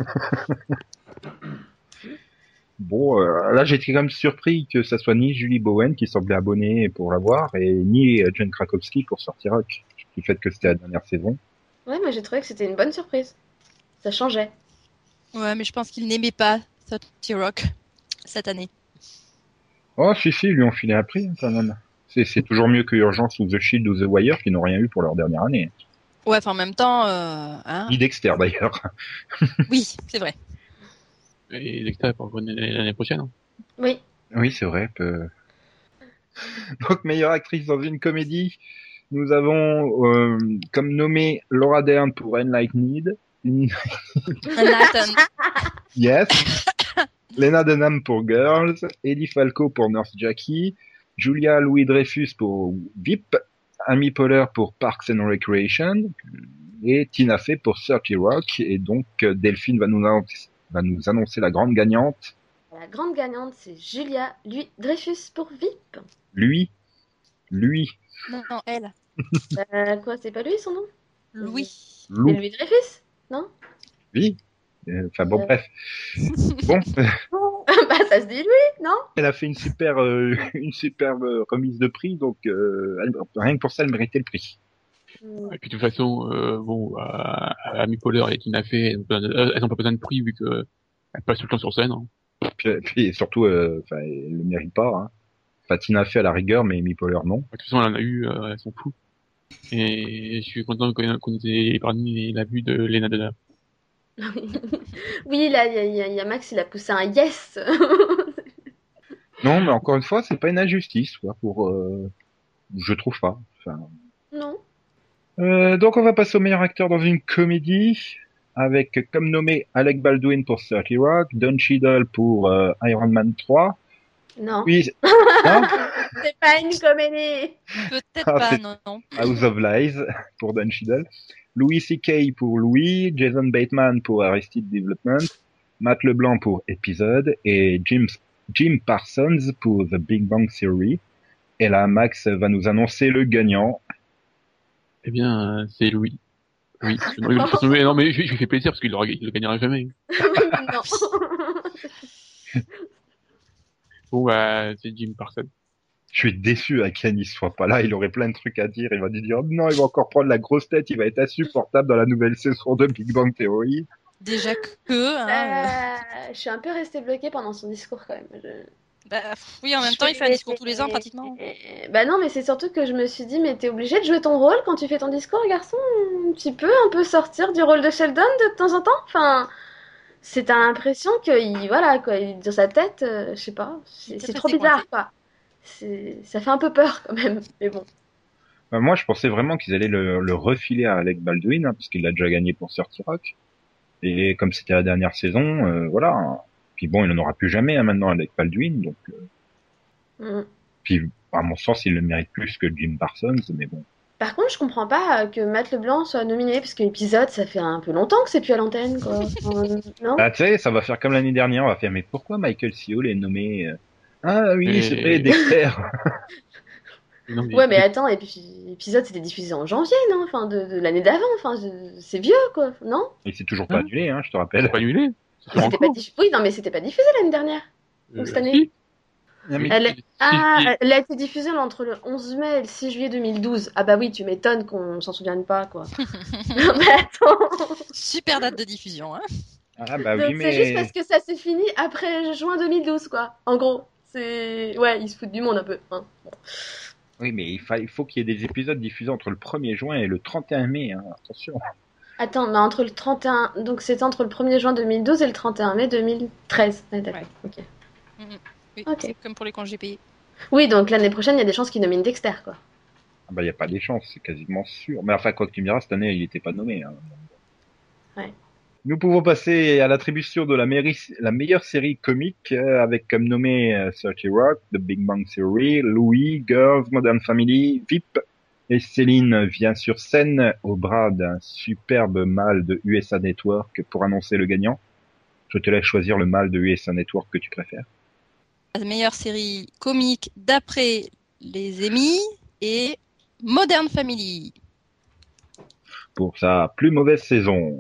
Bon, là j'étais quand même surpris que ça soit ni Julie Bowen qui semblait abonnée pour l'avoir, et ni Jen Krakowski pour sortir Rock, du fait que c'était la dernière saison. Ouais, moi j'ai trouvé que c'était une bonne surprise. Ça changeait. Ouais, mais je pense qu'il n'aimait pas 30 Rock cette année. Oh si, ils lui ont filé un prix quand même. C'est toujours mieux que Urgence ou The Shield ou The Wire qui n'ont rien eu pour leur dernière année. Ouais, enfin en même temps, hein. Ni Dexter d'ailleurs. Oui, c'est vrai. Et Dexter pour l'année prochaine. Hein. Oui. Oui, c'est vrai. Donc, meilleure actrice dans une comédie, nous avons comme nommé Laura Dern pour Enlightened. Nathan. Yes. Lena Dunham pour Girls, Eddie Falco pour Nurse Jackie, Julia Louis-Dreyfus pour VIP, Amy Poehler pour Parks and Recreation, et Tina Fey pour 30 Rock. Et donc, Delphine va nous annoncer la grande gagnante. La grande gagnante, c'est Julia Louis-Dreyfus pour VIP. Lui. Non, elle. Quoi, c'est pas lui son nom? Louis. C'est Lou. Louis-Dreyfus? Non? Oui. Enfin bon, bref. Bon, Bah ça se dit lui, non? elle a fait une superbe remise de prix, donc rien que pour ça, elle méritait le prix. Et puis de toute façon, bon, Amy Poehler et Tina Fey, elles n'ont pas besoin de prix vu que elles passent tout le temps sur scène. Hein. Puis surtout, elle le mérite pas. Hein. Enfin, Tina Fey à la rigueur, mais Amy Poehler non. De toute façon, elle en a eu, elles sont fous. Et je suis content qu'on ait épargné l'abus de Lena Dunham. Oui, là, il y a Max, il a poussé un yes. Non, mais encore une fois, c'est pas une injustice, quoi, je trouve pas. Enfin, Non. donc on va passer au meilleur acteur dans une comédie, avec comme nommé Alec Baldwin pour 30 Rock, Don Cheadle pour Iron Man 3. Non. Oui, non, C'est pas une comédie. Peut-être Ah, pas, c'est- non. House of Lies pour Don Cheadle, Louis C.K. pour Louis, Jason Bateman pour Arrested Development, Matt LeBlanc pour Épisode et Jim Parsons pour The Big Bang Theory. Et là, Max va nous annoncer le gagnant. Eh bien, c'est Louis. Oui. Non, mais je lui fais plaisir parce qu'il le gagnera jamais. Non. Bon, bah, c'est Jim Parsons. Je suis déçu à Kenny soit pas là, il aurait plein de trucs à dire, il va dire non, il va encore prendre la grosse tête, il va être insupportable dans la nouvelle saison de Big Bang Theory. Déjà que, hein, Je suis un peu restée bloquée pendant son discours quand même. oui, en même temps, il fait un discours tous les ans pratiquement. Bah non, mais c'est surtout que je me suis dit, mais t'es obligé de jouer ton rôle quand tu fais ton discours, garçon. Tu peux un peu sortir du rôle de Sheldon de temps en temps. Enfin, t'as l'impression que, voilà, quoi, dans sa tête, je sais pas, c'est peut-être trop resté bizarre, quoi. Ça fait un peu peur quand même, mais bon. Moi, je pensais vraiment qu'ils allaient le refiler à Alec Baldwin, hein, parce qu'il l'a déjà gagné pour 30 Rock. Et comme c'était la dernière saison, voilà. Puis bon, il n'en aura plus jamais hein, maintenant Alec Baldwin, donc. Puis, à mon sens, il le mérite plus que Jim Parsons, mais bon. Par contre, je comprends pas que Matt LeBlanc soit nominé, parce que l'épisode, ça fait un peu longtemps que c'est plus à l'antenne, quoi. Non? Ah, tu sais, ça va faire comme l'année dernière, on va faire, mais pourquoi Michael C. Hall est nommé Ah oui, Et- c'est vrai, Dexter. Non, Ouais, mais attends, et puis l'épisode c'était diffusé en janvier, non? Enfin, de l'année d'avant, enfin, c'est vieux, quoi, non? Il s'est toujours pas Hein annulé, hein, je te rappelle. c'est pas annulé. C'est toujours en C'était pas cours. Oui, non, mais c'était pas diffusé l'année dernière. Ou cette année. Si. Non, mais- Elle, Si, elle a été diffusée entre le 11 mai et le 6 juillet 2012. Ah bah oui, tu m'étonnes qu'on s'en souvienne pas, quoi. Non, mais attends. Super date de diffusion, hein. Ah bah Donc oui, c'est juste mais parce que ça s'est fini après juin 2012, quoi. En gros, c'est... Ouais, ils se foutent du monde un peu, hein. Bon. oui, mais il faut qu'il y ait des épisodes diffusés entre le 1er juin et le 31 mai, hein, attention. Attends, mais entre le 31... Donc c'était entre le 1er juin 2012 et le 31 mai 2013. Ah, d'accord, Ouais. ok. Oui, Ok. c'est comme pour les congés payés. Oui, donc l'année prochaine, il y a des chances qu'ils nominent Dexter, quoi. Ah bah il y a pas des chances, c'est quasiment sûr. Mais enfin, quoi que tu me diras, cette année, il était pas nommé. Hein. Ouais. Nous pouvons passer à l'attribution de la meilleure série comique avec comme nommé 30 Rock, The Big Bang Theory, Louis, Girls, Modern Family, VIP. Et Céline vient sur scène au bras d'un superbe mâle de USA Network pour annoncer le gagnant. Je te laisse choisir le mâle de USA Network que tu préfères. La meilleure série comique d'après les Emmy et Modern Family. Pour sa plus mauvaise saison.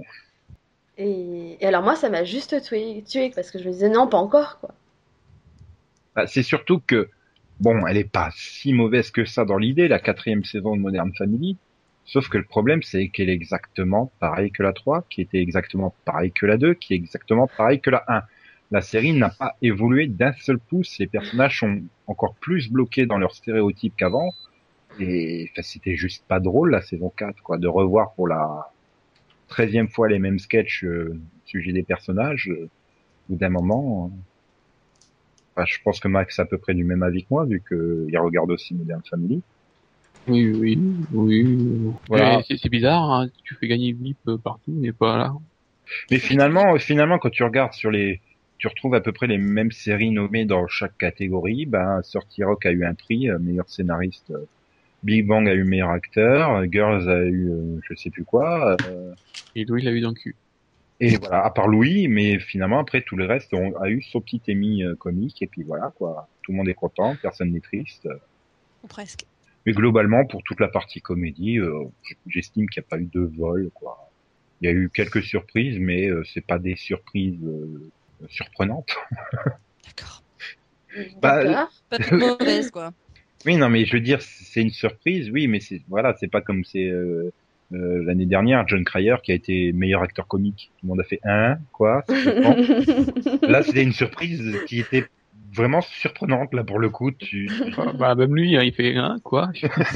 Et alors moi, ça m'a juste tué parce que je me disais non, pas encore, quoi. Bah, c'est surtout que, bon, elle est pas si mauvaise que ça dans l'idée, la 4e saison de Modern Family. Sauf que le problème, c'est qu'elle est exactement pareille que la 3, qui était exactement pareille que la 2, qui est exactement pareille que la 1. La série n'a pas évolué d'un seul pouce. Les personnages sont encore plus bloqués dans leurs stéréotypes qu'avant. Et enfin, c'était juste pas drôle, la saison 4, quoi, de revoir pour la 13e fois les mêmes sketchs au sujet des personnages. Au bout d'un moment... Enfin, je pense que Max est à peu près du même avis que moi, vu qu'il regarde aussi Modern Family. Oui. Voilà. Mais c'est bizarre, hein. Tu fais gagner VIP partout, mais pas là. Mais finalement, quand tu regardes tu retrouves à peu près les mêmes séries nommées dans chaque catégorie. Ben, 30 Rock a eu un prix, meilleur scénariste. Big Bang a eu meilleur acteur. Girls a eu, je sais plus quoi. Et Louis l'a eu dans le cul. Et voilà, à part Louis, mais finalement, après, tout le reste a eu son petit Emmy comique. Et puis voilà, quoi. Tout le monde est content, personne n'est triste. Ou presque. Mais globalement, pour toute la partie comédie, j'estime qu'il n'y a pas eu de vol, quoi. Il y a eu quelques surprises, mais c'est pas des surprises surprenantes. D'accord. Bah, D'accord. Pas toute mauvaise, quoi. Oui, non, mais je veux dire, c'est une surprise, oui, mais c'est pas comme c'est l'année dernière, John Cryer qui a été meilleur acteur comique. Tout le monde a fait quoi? Ça dépend. Là, c'était une surprise qui était vraiment surprenante là pour le coup. Bah même lui, hein, il fait quoi?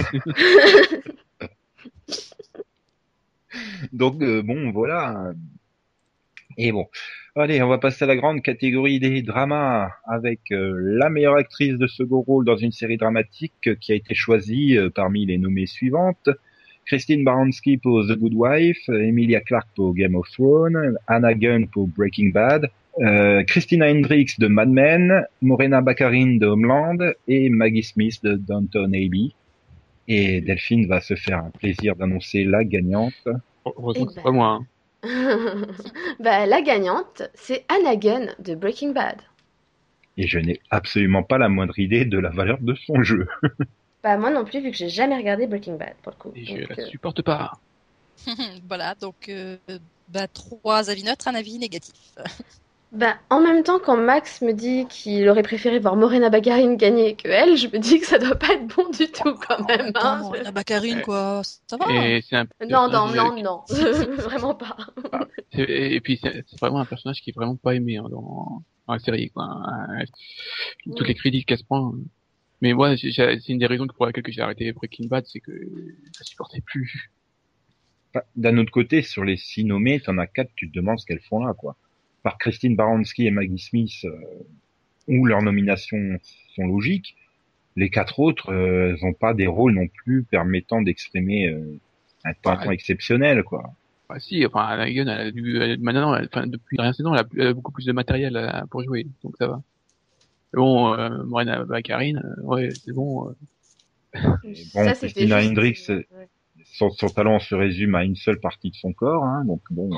Donc bon, voilà. Et bon, allez, on va passer à la grande catégorie des dramas avec la meilleure actrice de second rôle dans une série dramatique qui a été choisie parmi les nommées suivantes. Christine Baranski pour The Good Wife, Emilia Clarke pour Game of Thrones, Anna Gunn pour Breaking Bad, Christina Hendricks de Mad Men, Morena Baccarin de Homeland et Maggie Smith de Downton Abbey. Et Delphine va se faire un plaisir d'annoncer la gagnante. Heureusement que c'est pas moi. Bah, la gagnante, c'est Anna Gunn de Breaking Bad. Et je n'ai absolument pas la moindre idée de la valeur de son jeu. Bah, moi non plus, vu que j'ai jamais regardé Breaking Bad, pour le coup. Et je Donc, la supporte pas. Voilà, donc 3 avis neutres, un avis négatif. Bah, en même temps, quand Max me dit qu'il aurait préféré voir Morena Baccarin gagner que elle, je me dis que ça doit pas être bon du tout quand même. Hein. Attends, la Baccarin, quoi, ça va. Et c'est un Non, personnage non, vraiment pas. Et puis c'est vraiment un personnage qui est vraiment pas aimé dans la série, quoi. Toutes les critiques qu'elle se prend. Mais moi, c'est une des raisons pour laquelle j'ai arrêté Breaking Bad, c'est que je supportais plus. D'un autre côté, sur les 6 nommés, t'en as 4, tu te demandes ce qu'elles font là, quoi. Par Christine Baranski et Maggie Smith, où leurs nominations sont logiques, les 4 autres, elles ont pas des rôles non plus permettant d'exprimer un talent exceptionnel, quoi. Bah si, enfin, Anna Gunn, maintenant, depuis la dernière saison, elle a beaucoup plus de matériel pour jouer, donc ça va. Mais bon, Morena Baccarin, ouais, c'est bon. Et bon, Christina Hendricks, son talent se résume à une seule partie de son corps, hein, donc bon,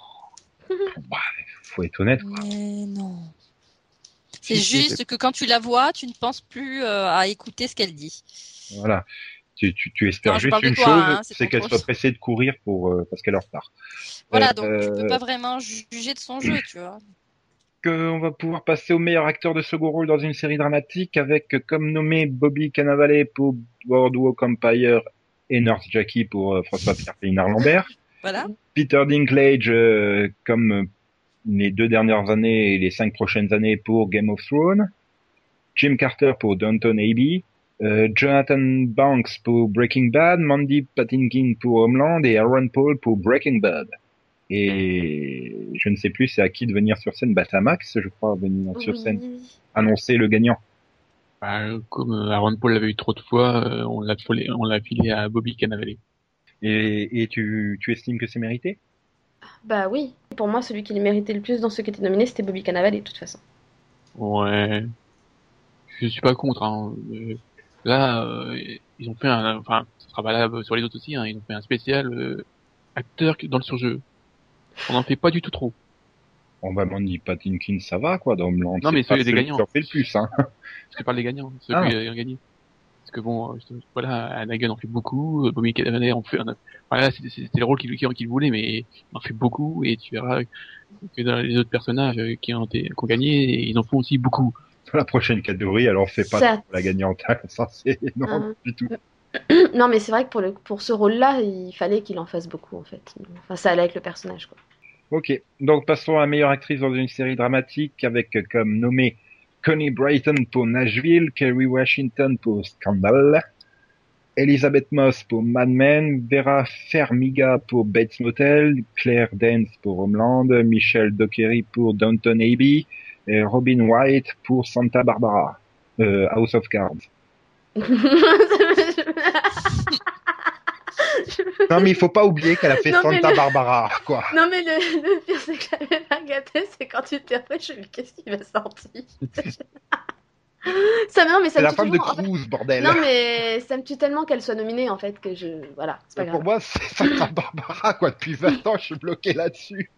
faut être honnête, quoi. Mais non. C'est juste que quand tu la vois, tu ne penses plus à écouter ce qu'elle dit. Voilà. Tu espères Non, juste une chose, hein, c'est qu'elle soit pressée de courir parce qu'elle est en retard. Voilà, donc tu peux pas vraiment juger de son jeu, tu vois. On va pouvoir passer au meilleur acteur de second rôle dans une série dramatique avec comme nommé Bobby Cannavale pour Boardwalk Empire et Nurse Jackie pour François-Pierre Lambert. Voilà. Peter Dinklage comme les 2 dernières années et les 5 prochaines années pour Game of Thrones. Jim Carter pour Downton Abbey. Jonathan Banks pour Breaking Bad, Mandy Patinkin pour Homeland et Aaron Paul pour Breaking Bad. Et je ne sais plus c'est à qui de venir sur scène. Bah, c'est à Max, je crois, venir sur scène annoncer le gagnant. Bah, comme Aaron Paul l'avait eu trop de fois, on l'a filé à Bobby Cannavale. Et tu estimes que c'est mérité? Bah oui. Pour moi, celui qui les méritait le plus dans ceux qui étaient nominés, c'était Bobby Cannavale, de toute façon. Ouais. Je suis pas contre, hein. Là, ils ont fait enfin, ça sera valable sur les autres aussi, hein, ils ont fait un spécial acteur dans le surjeu. On n'en fait pas du tout trop. On va Mandy Patinkin, ça va, quoi, dans Homeland. Non, mais ceux des gagnants. Qui en fait le plus, hein. Je te parle des gagnants, ceux qui ont gagné. Parce que bon, voilà, Anna Gunn en fait beaucoup, Bobby Cannavale en fait voilà, c'était le rôle qu'il voulait, mais il en fait beaucoup, et tu verras que dans les autres personnages qui ont gagné, ils en font aussi beaucoup. Dans la prochaine catégorie, alors on fait pas la gagnante, ça c'est énorme du tout. Non, mais c'est vrai que pour ce rôle-là, il fallait qu'il en fasse beaucoup, en fait. Enfin, ça allait avec le personnage, quoi. Ok, donc passons à la meilleure actrice dans une série dramatique avec comme nommé Connie Britton pour Nashville, Kerry Washington pour Scandal, Elizabeth Moss pour Mad Men, Vera Farmiga pour Bates Motel, Claire Danes pour Homeland, Michelle Dockery pour Downton Abbey, et Robin Wright pour Santa Barbara, House of Cards. Non mais il faut pas oublier qu'elle a fait Santa Barbara, quoi. Non mais le pire c'est que j'avais pas gâté, c'est quand tu t'es fait, je me dis qu'est-ce qui va sortir. C'est la femme de Cruise, bordel. Non mais ça me tue tellement qu'elle soit nominée en fait que voilà, c'est pas grave. Pour moi c'est Santa Barbara, quoi. Depuis 20 ans je suis bloqué là-dessus.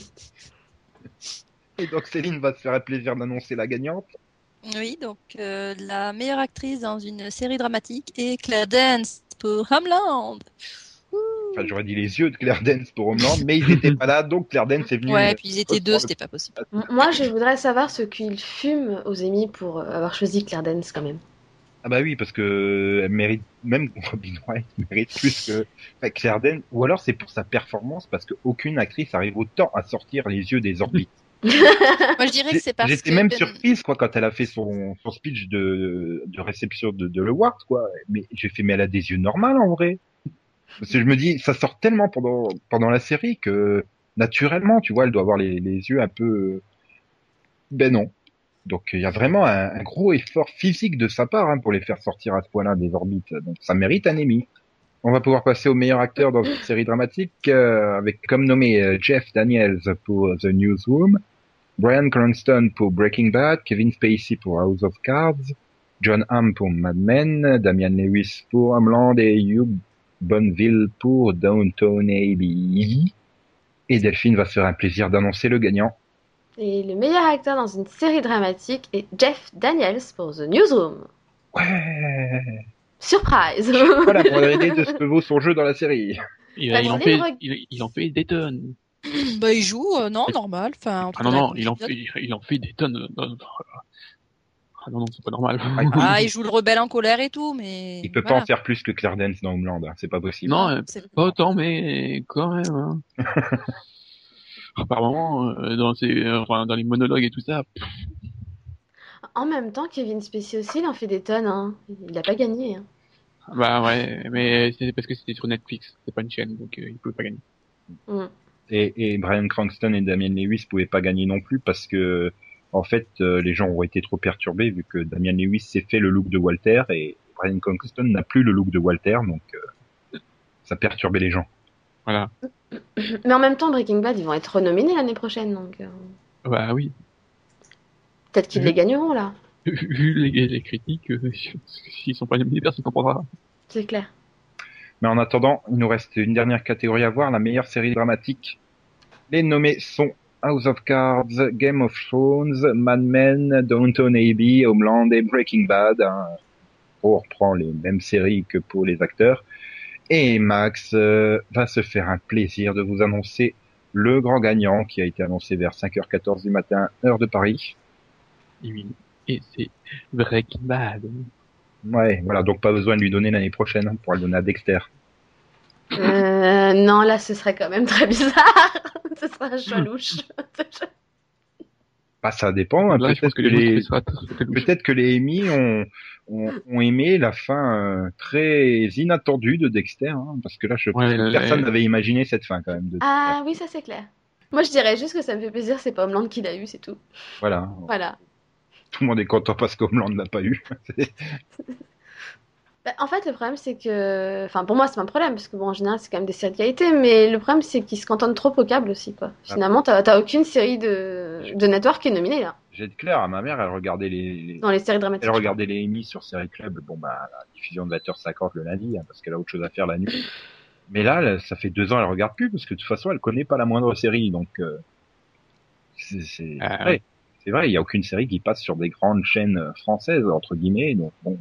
Et donc Céline va se faire un plaisir d'annoncer la gagnante. Oui, donc la meilleure actrice dans une série dramatique est Claire Danes pour Homeland. Enfin, j'aurais dit les yeux de Claire Danes pour Homeland, mais ils n'étaient pas là, donc Claire Danes est venue. Ouais, puis ils étaient 2, c'était pas possible. Moi, je voudrais savoir ce qu'ils fument aux Emmy pour avoir choisi Claire Danes quand même. Ah bah oui, parce que elle mérite, même Robin Wright mérite plus que enfin, Claire Danes, ou alors c'est pour sa performance, parce qu'aucune actrice arrive autant à sortir les yeux des orbites. Moi, je dirais que c'est parce J'étais que même surprise, quoi, quand elle a fait son speech de réception de l'award, quoi. Mais j'ai fait, mais elle a des yeux normaux, en vrai. Parce que je me dis, ça sort tellement pendant la série que, naturellement, tu vois, elle doit avoir les yeux un peu, ben non. Donc il y a vraiment un gros effort physique de sa part, hein, pour les faire sortir à ce point-là des orbites. Donc ça mérite un Emmy. On va pouvoir passer au meilleur acteur dans une série dramatique, avec comme nommé Jeff Daniels pour The Newsroom, Bryan Cranston pour Breaking Bad, Kevin Spacey pour House of Cards, John Hamm pour Mad Men, Damian Lewis pour Homeland et Hugh Bonneville pour Downton Abbey. Et Delphine va se faire un plaisir d'annoncer le gagnant. Et le meilleur acteur dans une série dramatique est Jeff Daniels pour The Newsroom. Ouais. Surprise. Voilà, pour l'idée de ce que vaut son jeu dans la série. Il Bah, en je fait, l'ai il en fait des tonnes. Bah, il joue, non, normal. Enfin, entre Ah non, la non, épisode. il en fait des tonnes. Ah non, non, c'est pas normal. Ah, il joue le rebelle en colère et tout, mais. Il peut pas voilà. en faire plus que Claire Danes dans Homeland, hein. C'est pas possible. Non, C'est- pas autant, mais quand même. Hein. Apparemment, dans les monologues et tout ça, En même temps, Kevin Spacey aussi, il en fait des tonnes. Hein. Il a pas gagné. Hein. bah ouais, mais c'est parce que c'était sur Netflix, c'est pas une chaîne, donc il pouvait pas gagner. Mm. Et Bryan Cranston et Damian Lewis pouvaient pas gagner non plus parce que, en fait, les gens ont été trop perturbés vu que Damian Lewis s'est fait le look de Walter et Bryan Cranston n'a plus le look de Walter, donc ça perturbait les gens. Voilà. Mais en même temps, Breaking Bad, ils vont être renominés l'année prochaine. Donc Bah oui. peut-être qu'ils les gagneront là. Vu les critiques, s'ils sont pas nominés, personne ne comprendra. C'est clair. Mais en attendant, il nous reste une dernière catégorie à voir, la meilleure série dramatique. Les nommés sont House of Cards, Game of Thrones, Mad Men, Downton Abbey, Homeland et Breaking Bad. Hein. On reprend les mêmes séries que pour les acteurs. Et Max va se faire un plaisir de vous annoncer le grand gagnant qui a été annoncé vers 5h14 du matin, heure de Paris. Et oui. Et c'est Breaking Bad. Ouais, voilà, donc pas besoin de lui donner l'année prochaine, on pourra le donner à Dexter. Non, là, ce serait quand même très bizarre. Ce serait un choix louche. Bah, ça dépend, hein. Là, je pense que les autres, Peut-être que les Emmy ont aimé la fin très inattendue de Dexter, hein, parce que là, je pense que personne n'avait imaginé cette fin quand même. Ah oui, ça c'est clair. Moi, je dirais juste que ça me fait plaisir, c'est pas Homeland qui l'a eu, c'est tout. Voilà. Voilà. Tout le monde est content parce qu'Homeland l'a pas eu. Bah, en fait, le problème, c'est que... Enfin, pour moi, c'est pas un problème, parce que, bon, en général, c'est quand même des séries de qualité, mais le problème, c'est qu'ils se cantontent trop au câble aussi, quoi. Finalement, t'as aucune série de network qui est nominée, là. J'ai été clair, à ma mère, elle regardait dans les séries dramatiques. Elle regardait les Emmy sur Série Club, bon, bah, la diffusion de 20h50 le lundi, hein, parce qu'elle a autre chose à faire la nuit. Mais là, ça fait 2 ans, elle regarde plus, parce que de toute façon, elle connaît pas la moindre série, donc, c'est vrai. C'est vrai, il y a aucune série qui passe sur des grandes chaînes françaises, entre guillemets, donc bon.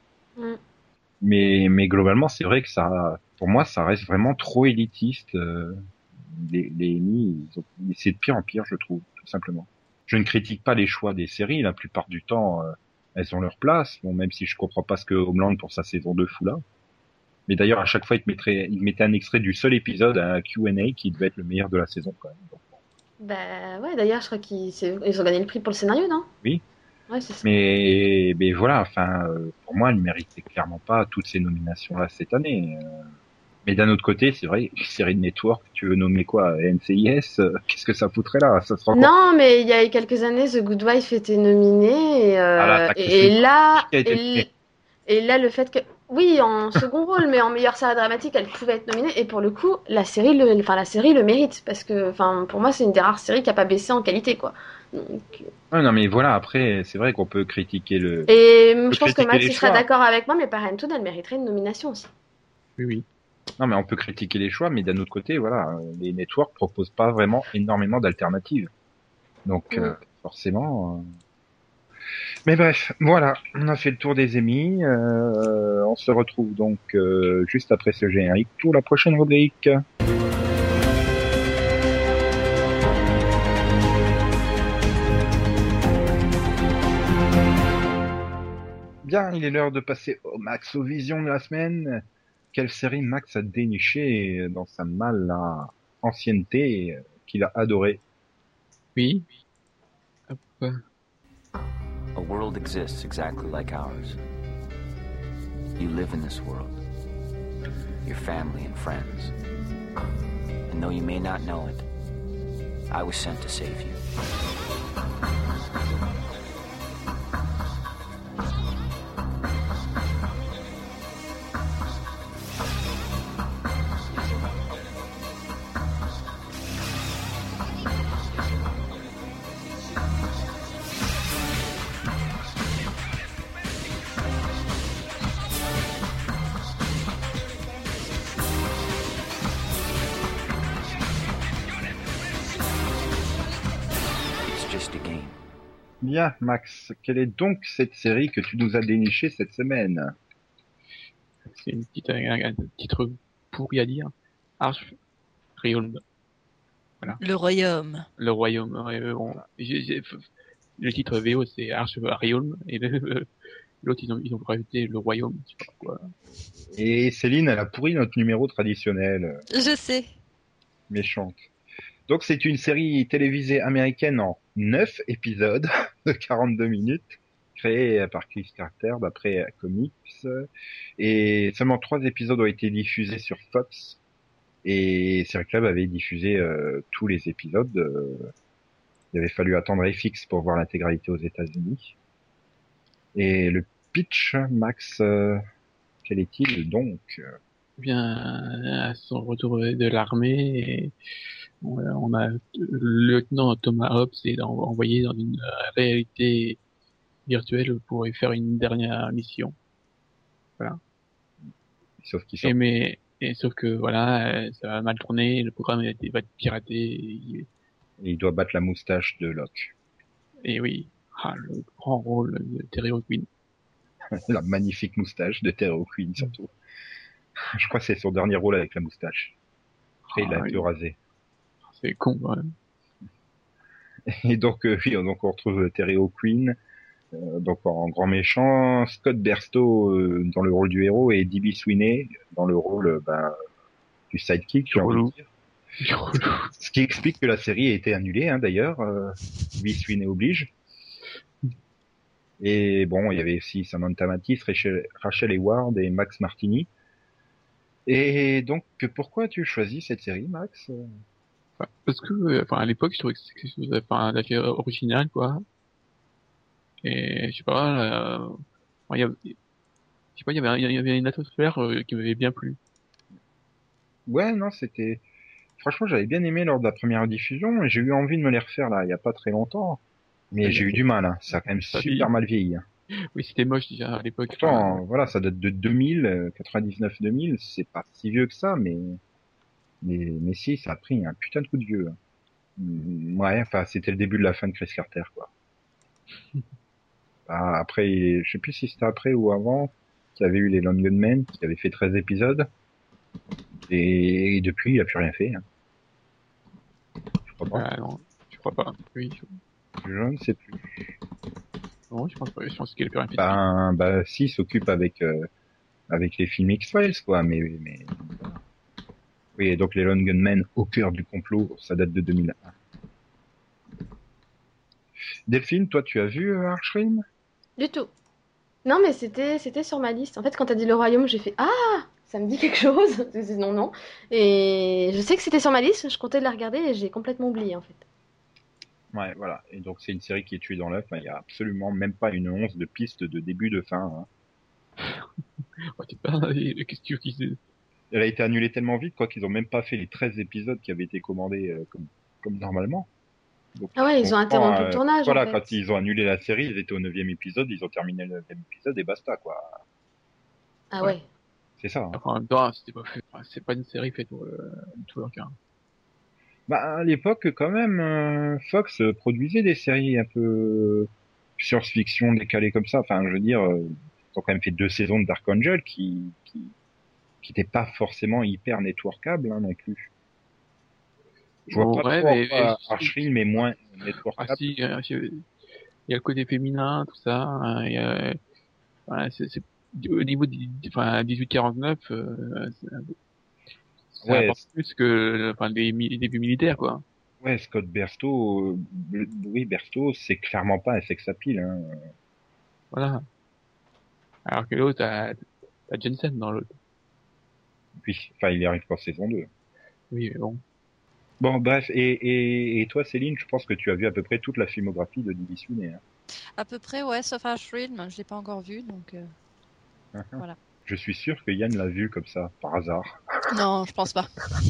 Mais globalement, c'est vrai que ça, pour moi, ça reste vraiment trop élitiste. Les Emmy, c'est de pire en pire, je trouve, tout simplement. Je ne critique pas les choix des séries, la plupart du temps, elles ont leur place. Bon, même si je comprends pas ce que Homeland pour sa saison 2 fout là. Mais d'ailleurs, à chaque fois, il mettait un extrait du seul épisode, un Q&A qui devait être le meilleur de la saison, quand même. Donc, bah ouais, d'ailleurs, je crois qu'ils ont gagné le prix pour le scénario, non? Oui. Ouais, c'est ça. Mais voilà, enfin, pour moi, elle ne méritait clairement pas toutes ces nominations-là cette année. Mais d'un autre côté, c'est vrai, une série de network, tu veux nommer quoi, NCIS, qu'est-ce que ça foutrait là? Ça se non, mais il y a quelques années, The Good Wife était nominé et là, le fait que, oui, en second rôle, mais en meilleure série dramatique, elle pouvait être nominée. Et pour le coup, la série le mérite parce que, enfin, pour moi, c'est une des rares séries qui a pas baissé en qualité, quoi. Donc... Ouais, non, mais voilà, après, c'est vrai qu'on peut critiquer le. Et je pense que Max sera d'accord avec moi, mais Parenthood, elle mériterait une nomination aussi. Oui, oui. Non, mais on peut critiquer les choix, mais d'un autre côté, voilà, les networks proposent pas vraiment énormément d'alternatives. Donc, forcément. Mais bref, voilà, on a fait le tour des Emmy. On se retrouve donc juste après ce générique pour la prochaine rubrique. Bien, il est l'heure de passer au Max aux visions de la semaine. Quelle série Max a déniché dans sa mâle ancienneté qu'il a adoré? Oui. Hop. A world exists exactly like ours. You live in this world. Your family and friends. And though you may not know it, I was sent to save you. It's just a game. Bien, Max, quelle est donc cette série que tu nous as dénichée cette semaine? C'est une petite, un titre pourri à dire. Arch Realm. Le royaume. Le royaume. Bon, le titre VO c'est Arch Realm et l'autre ils ont rajouté le royaume. Je sais pas pourquoi. Et Céline, elle a pourri notre numéro traditionnel, Je sais. méchante. Donc c'est une série télévisée américaine en 9 épisodes de 42 minutes, créée par Chris Carter d'après comics. Et seulement 3 épisodes ont été diffusés sur Fox. Et Série Club avait diffusé tous les épisodes. Il avait fallu attendre FX pour voir l'intégralité aux États-Unis. Et le pitch, Max, quel est-il donc? Bien, à son retour de l'armée, on a le lieutenant Thomas Hobbs est envoyé dans une réalité virtuelle pour y faire une dernière mission. Voilà. Sauf qu'il sort. Sauf que voilà, ça va mal tourner, le programme va être piraté. Et il doit battre la moustache de Locke. Et oui, le grand rôle de Terry O'Quinn. La magnifique moustache de Terry O'Quinn surtout. Je crois que c'est son dernier rôle avec la moustache. Après, il a un peu rasé. C'est con, ouais. Et donc, donc on retrouve Terry O'Quinn, donc en grand méchant, Scott Berstow dans le rôle du héros et D.B. Sweeney dans le rôle du sidekick, j'ai envie de dire. Ce qui explique que la série a été annulée, hein, d'ailleurs. D.B. Sweeney oblige. Et bon, il y avait aussi Samantha Mathis, Rachel Hayward et Max Martini. Et donc, pourquoi tu choisis cette série, Max? Parce que, à l'époque, je trouvais que c'était quelque chose d'assez original, quoi. Et je sais pas, il y avait une atmosphère qui m'avait bien plu. Ouais, non, c'était. Franchement, j'avais bien aimé lors de la première diffusion et j'ai eu envie de me les refaire là, il y a pas très longtemps. Mais j'ai eu du mal, hein. Ça a quand même super mal vieilli. Hein. Oui, c'était moche déjà à l'époque. Pourtant, voilà, ça date de 2000, 99-2000, c'est pas si vieux que ça, mais si, ça a pris un putain de coup de vieux. Ouais, enfin, c'était le début de la fin de Chris Carter, quoi. Après, je sais plus si c'était après ou avant, qu'il y avait eu les Lone Gunmen, qui avaient fait 13 épisodes. Et depuis, il a plus rien fait. Hein. Je crois pas. Non, je crois pas. Oui. Je ne sais plus. Non, je pense pas. Je pense qu'il a plus rien fait. Si, il s'occupe avec les films X-Files, quoi, mais. Oui, et donc les Lone Gunmen au cœur du complot, ça date de 2001. Delphine, toi, tu as vu Arch Realm? Du tout. Non, mais c'était sur ma liste. En fait, quand t'as dit le royaume, j'ai fait ah, ça me dit quelque chose. Non. Et je sais que c'était sur ma liste. Je comptais la regarder et j'ai complètement oublié en fait. Ouais, voilà. Et donc c'est une série qui est tuée dans l'œuf. Il y a absolument même pas une once de piste de début de fin. Hein. Qu'est-ce que tu veux? Elle a été annulée tellement vite, quoi, qu'ils ont même pas fait les 13 épisodes qui avaient été commandés comme normalement. Donc, ah ouais, ils ont interrompu le tournage. Voilà, en fait. quand ils ont annulé la série, ils étaient au 9e épisode, ils ont terminé le 9e épisode et basta, quoi. Ah ouais. C'est ça. Hein. Enfin, en même temps, c'est pas une série faite pour tout leur cas. À l'époque, quand même, Fox produisait des séries un peu science-fiction décalées comme ça. Enfin, je veux dire, ils ont quand même fait 2 saisons de Dark Angel qui n'étaient pas forcément hyper networkables, hein, non plus. Je vois pas trop Arch Realm, mais moins networkable. Ah si, il y a le côté féminin, tout ça. Voilà, c'est au niveau enfin 1849, ça Ouais, apporte plus que enfin les débuts militaires quoi. ouais, Scott Berthaud, oui, Berthaud, c'est clairement un sex appeal, hein. Voilà. Alors que l'autre, t'as Jensen dans l'autre. Puis, enfin, il y arrive qu'en saison 2. Oui, mais bon. Bon, bref, et toi, Céline, je pense que tu as vu à peu près toute la filmographie de Denis Sweeney, hein. À peu près, ouais, sauf Ashfield, mais je l'ai pas encore vu, donc voilà. Je suis sûr que Yann l'a vu comme ça, par hasard. Non, je pense pas.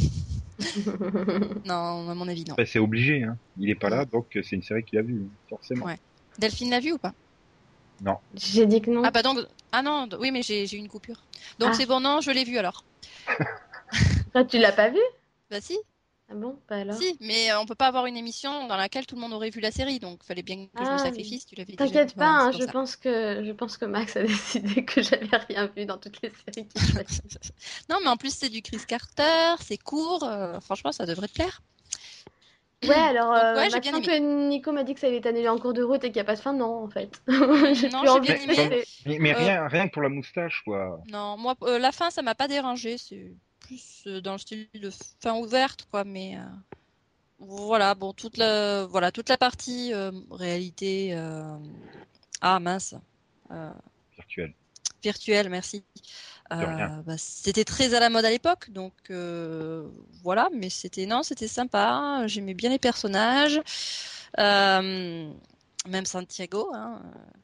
Non, à mon avis, non. Enfin, c'est obligé, hein. Il est pas là, donc c'est une série qu'il a vue, forcément. Ouais. Delphine l'a vu ou pas? Non. J'ai dit que non. Ah bah donc, ah non, oui, mais j'ai eu une coupure. Donc Ah. c'est bon, non, je l'ai vu alors. Toi, tu l'as pas vu? Bah si, Ah bon, pas alors. si, mais on peut pas avoir une émission dans laquelle tout le monde aurait vu la série, donc fallait bien que je me Ah, sacrifie si tu l'avais déjà T'inquiète vu. pas, Voilà, hein, c'est je pour pense que Max a décidé que j'avais rien vu dans toutes les séries qu'il choisit. ça. Non, mais en plus c'est du Chris Carter, c'est court, franchement ça devrait te plaire. Ouais, alors Donc, ouais, j'ai bien maintenant que Nico m'a dit que ça allait être annulé en cours de route et qu'il n'y a pas de fin, non, en fait. J'ai Non, plus j'ai envie bien de aimé. laisser. Mais rien que pour la moustache, quoi. Non, moi la fin ça m'a pas dérangé, c'est plus dans le style de fin ouverte quoi, mais voilà, bon toute la partie réalité ah mince. Euh, Virtuelle. Virtuel, merci. De rien. Bah, c'était très à la mode à l'époque, donc voilà, mais c'était sympa. J'aimais bien les personnages, Euh, même Santiago, hein,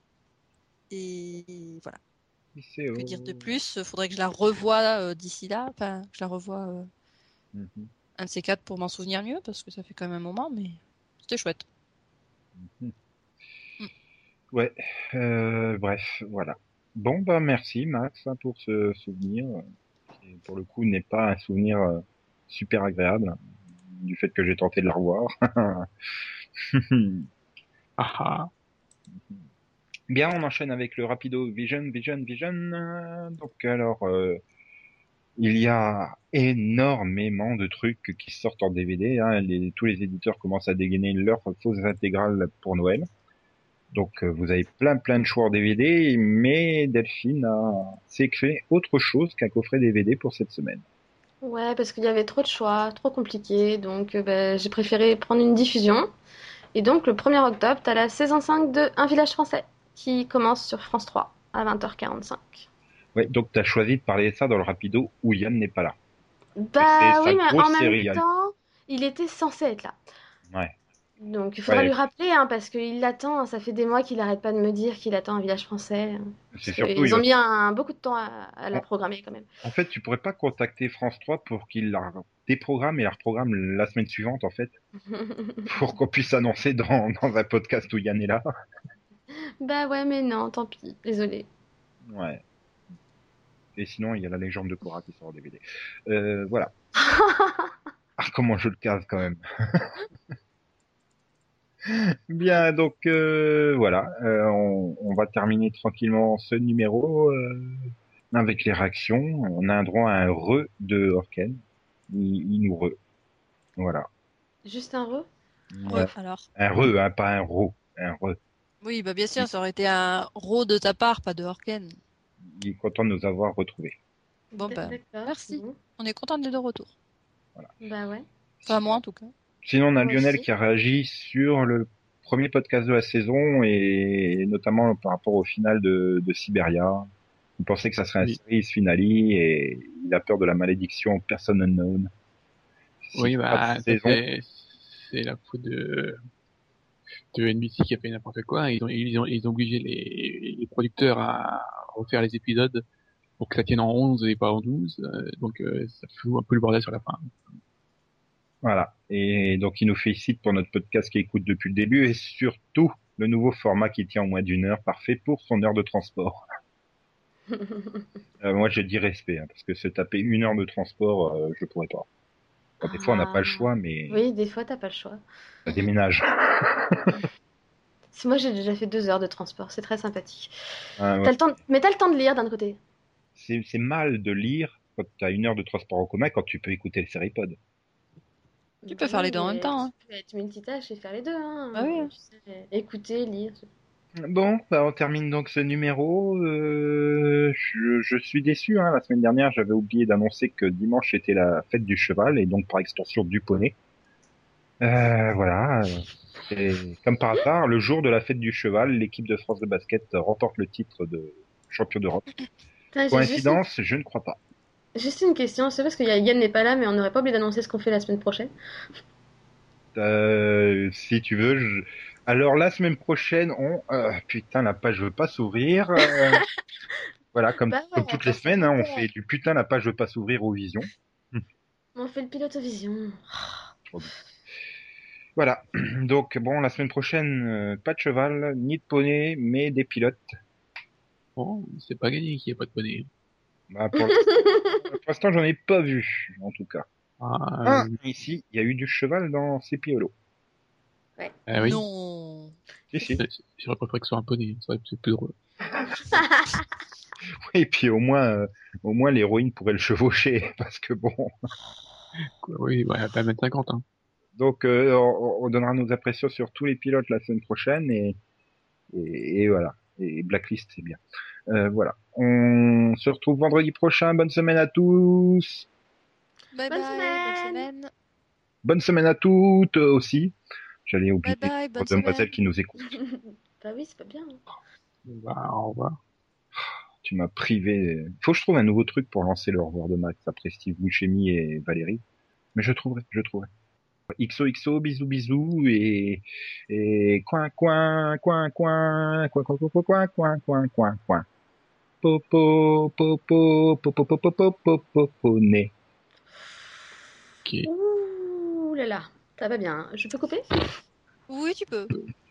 et voilà. C'est Que dire de plus? Faudrait que je la revoie d'ici là, enfin, que je la revoie Mhm. un de ces quatre pour m'en souvenir mieux, parce que ça fait quand même un moment, mais c'était chouette. Mhm. Mm. Ouais, bref, voilà. Bon, bah merci Max, hein, pour ce souvenir, qui pour le coup n'est pas un souvenir super agréable, hein, du fait que j'ai tenté de la revoir. Ah ah. Bien, on enchaîne avec le rapido Vision. Donc alors, il y a énormément de trucs qui sortent en DVD, hein. Tous les éditeurs commencent à dégainer leurs fausses intégrales pour Noël. Donc vous avez plein de choix en DVD, mais Delphine s'est créé autre chose qu'un coffret DVD pour cette semaine. Ouais, parce qu'il y avait trop de choix, trop compliqué, donc j'ai préféré prendre une diffusion. Et donc, le 1er octobre, t'as la saison 5 de Un village français qui commence sur France 3 à 20h45. Ouais, donc tu as choisi de parler de ça dans le rapido où Yann n'est pas là. C'est Bah sa oui, mais grosse en même série à lui. temps, il était censé être là. Ouais. Donc il faudra Ouais, lui rappeler, hein, parce qu'il l'attend. Ça fait des mois qu'il arrête pas de me dire qu'il attend un village français. c'est Parce surtout il qu'ils ont va. mis beaucoup de temps à la programmer quand même. En fait, tu pourrais pas contacter France 3 pour qu'il la déprogramme et la reprogramme la semaine suivante, en fait, pour qu'on puisse annoncer dans un podcast où Yann est là. Bah ouais, mais non, tant pis, désolé. Ouais. Et sinon, il y a la légende de Korra qui sort en DVD. Voilà. Ah, comment je le case quand même. Bien, donc voilà. On va terminer tranquillement ce numéro avec les réactions. On a un droit à un de Orken. Il nous Voilà. Juste un re? Ouais. Alors. Un hein, pas un un Oui, bah bien sûr, ça aurait été un raw de ta part, pas de Orken. Il est content de nous avoir retrouvés. Bon bah D'accord. merci. Bon. On est content d'être de retour. Voilà. Bah ouais. Enfin moi en tout cas. Sinon, on a Moi Lionel aussi. qui a réagi sur le premier podcast de la saison et notamment par rapport au final de Siberia. Il pensait que ça serait un Oui. series finale et il a peur de la malédiction Person Unknown. Oui, bah, ça, saison. c'est la faute de NBC qui a fait n'importe quoi. Ils ont obligé les producteurs à refaire les épisodes pour que ça tienne en 11 et pas en 12. Donc, ça fout un peu le bordel sur la fin. Voilà. Et donc, il nous félicite pour notre podcast qu'il écoute depuis le début et surtout le nouveau format qui tient en moins d'une heure, parfait pour son heure de transport. Moi, je dis respect, hein, parce que se taper une heure de transport, je pourrais pas. Bon, des fois, on n'a pas le choix, mais Oui, des fois, t'as pas le choix. ça déménage. Moi, j'ai déjà fait 2 heures de transport, c'est très sympathique. Ouais. Mais t'as le temps de lire d'un côté. C'est mal de lire quand tu as une heure de transport en commun quand tu peux écouter le Seripod. Tu peux faire les deux en même temps, hein. Tu peux être multitâche et faire les deux, hein. Bah oui. Tu sais, écouter, lire. Bon, bah, on termine donc ce numéro. Je suis déçu. Hein. La semaine dernière, j'avais oublié d'annoncer que dimanche était la fête du cheval et donc par extension du poney. Voilà. Et comme par hasard, le jour de la fête du cheval, l'équipe de France de basket remporte le titre de champion d'Europe. Putain, Coïncidence, je ne crois pas. juste une question, c'est parce que Yann n'est pas là, mais on n'aurait pas oublié d'annoncer ce qu'on fait la semaine prochaine. Si tu veux, alors la semaine prochaine, putain, la page veut pas s'ouvrir. Voilà, Bah ouais, comme toutes les semaines, hein, on fait du putain, la page veut pas s'ouvrir aux visions. On fait le pilote vision. Voilà. Donc bon, la semaine prochaine, pas de cheval, ni de poney, mais des pilotes. Bon, c'est pas gagné qu'il n'y ait pas de poney. Bah, pour l'instant, j'en ai pas vu, en tout cas. Ici, il y a eu du cheval dans Cepiolo. Oui. Non. Si. J'aurais préféré que ce soit un poney, ça aurait été plus drôle. Oui, et puis au moins l'héroïne pourrait le chevaucher, parce que bon. Quoi, oui, ouais, pas même 50, hein. Donc, on donnera nos impressions sur tous les pilotes la semaine prochaine et voilà. Et Blacklist, c'est bien. Voilà. On se retrouve vendredi prochain. Bonne semaine à tous. Bye Bonne bye, semaine. bonne semaine. Bonne semaine à toutes aussi. J'allais oublier Bye bye, pour bonne demoiselle semaine. qui nous écoute. Bah oui, c'est pas bien. Hein. Bah, au revoir. Tu m'as privé. Faut que je trouve un nouveau truc pour lancer le au revoir de Max après Steve Buscemi et Valérie. Mais je trouverai. XOXO, bisous bisous et coin popo popo popo popo popo popo né. Ok. Ouh là là, ça va bien. Hein. Je peux couper? Oui, tu peux.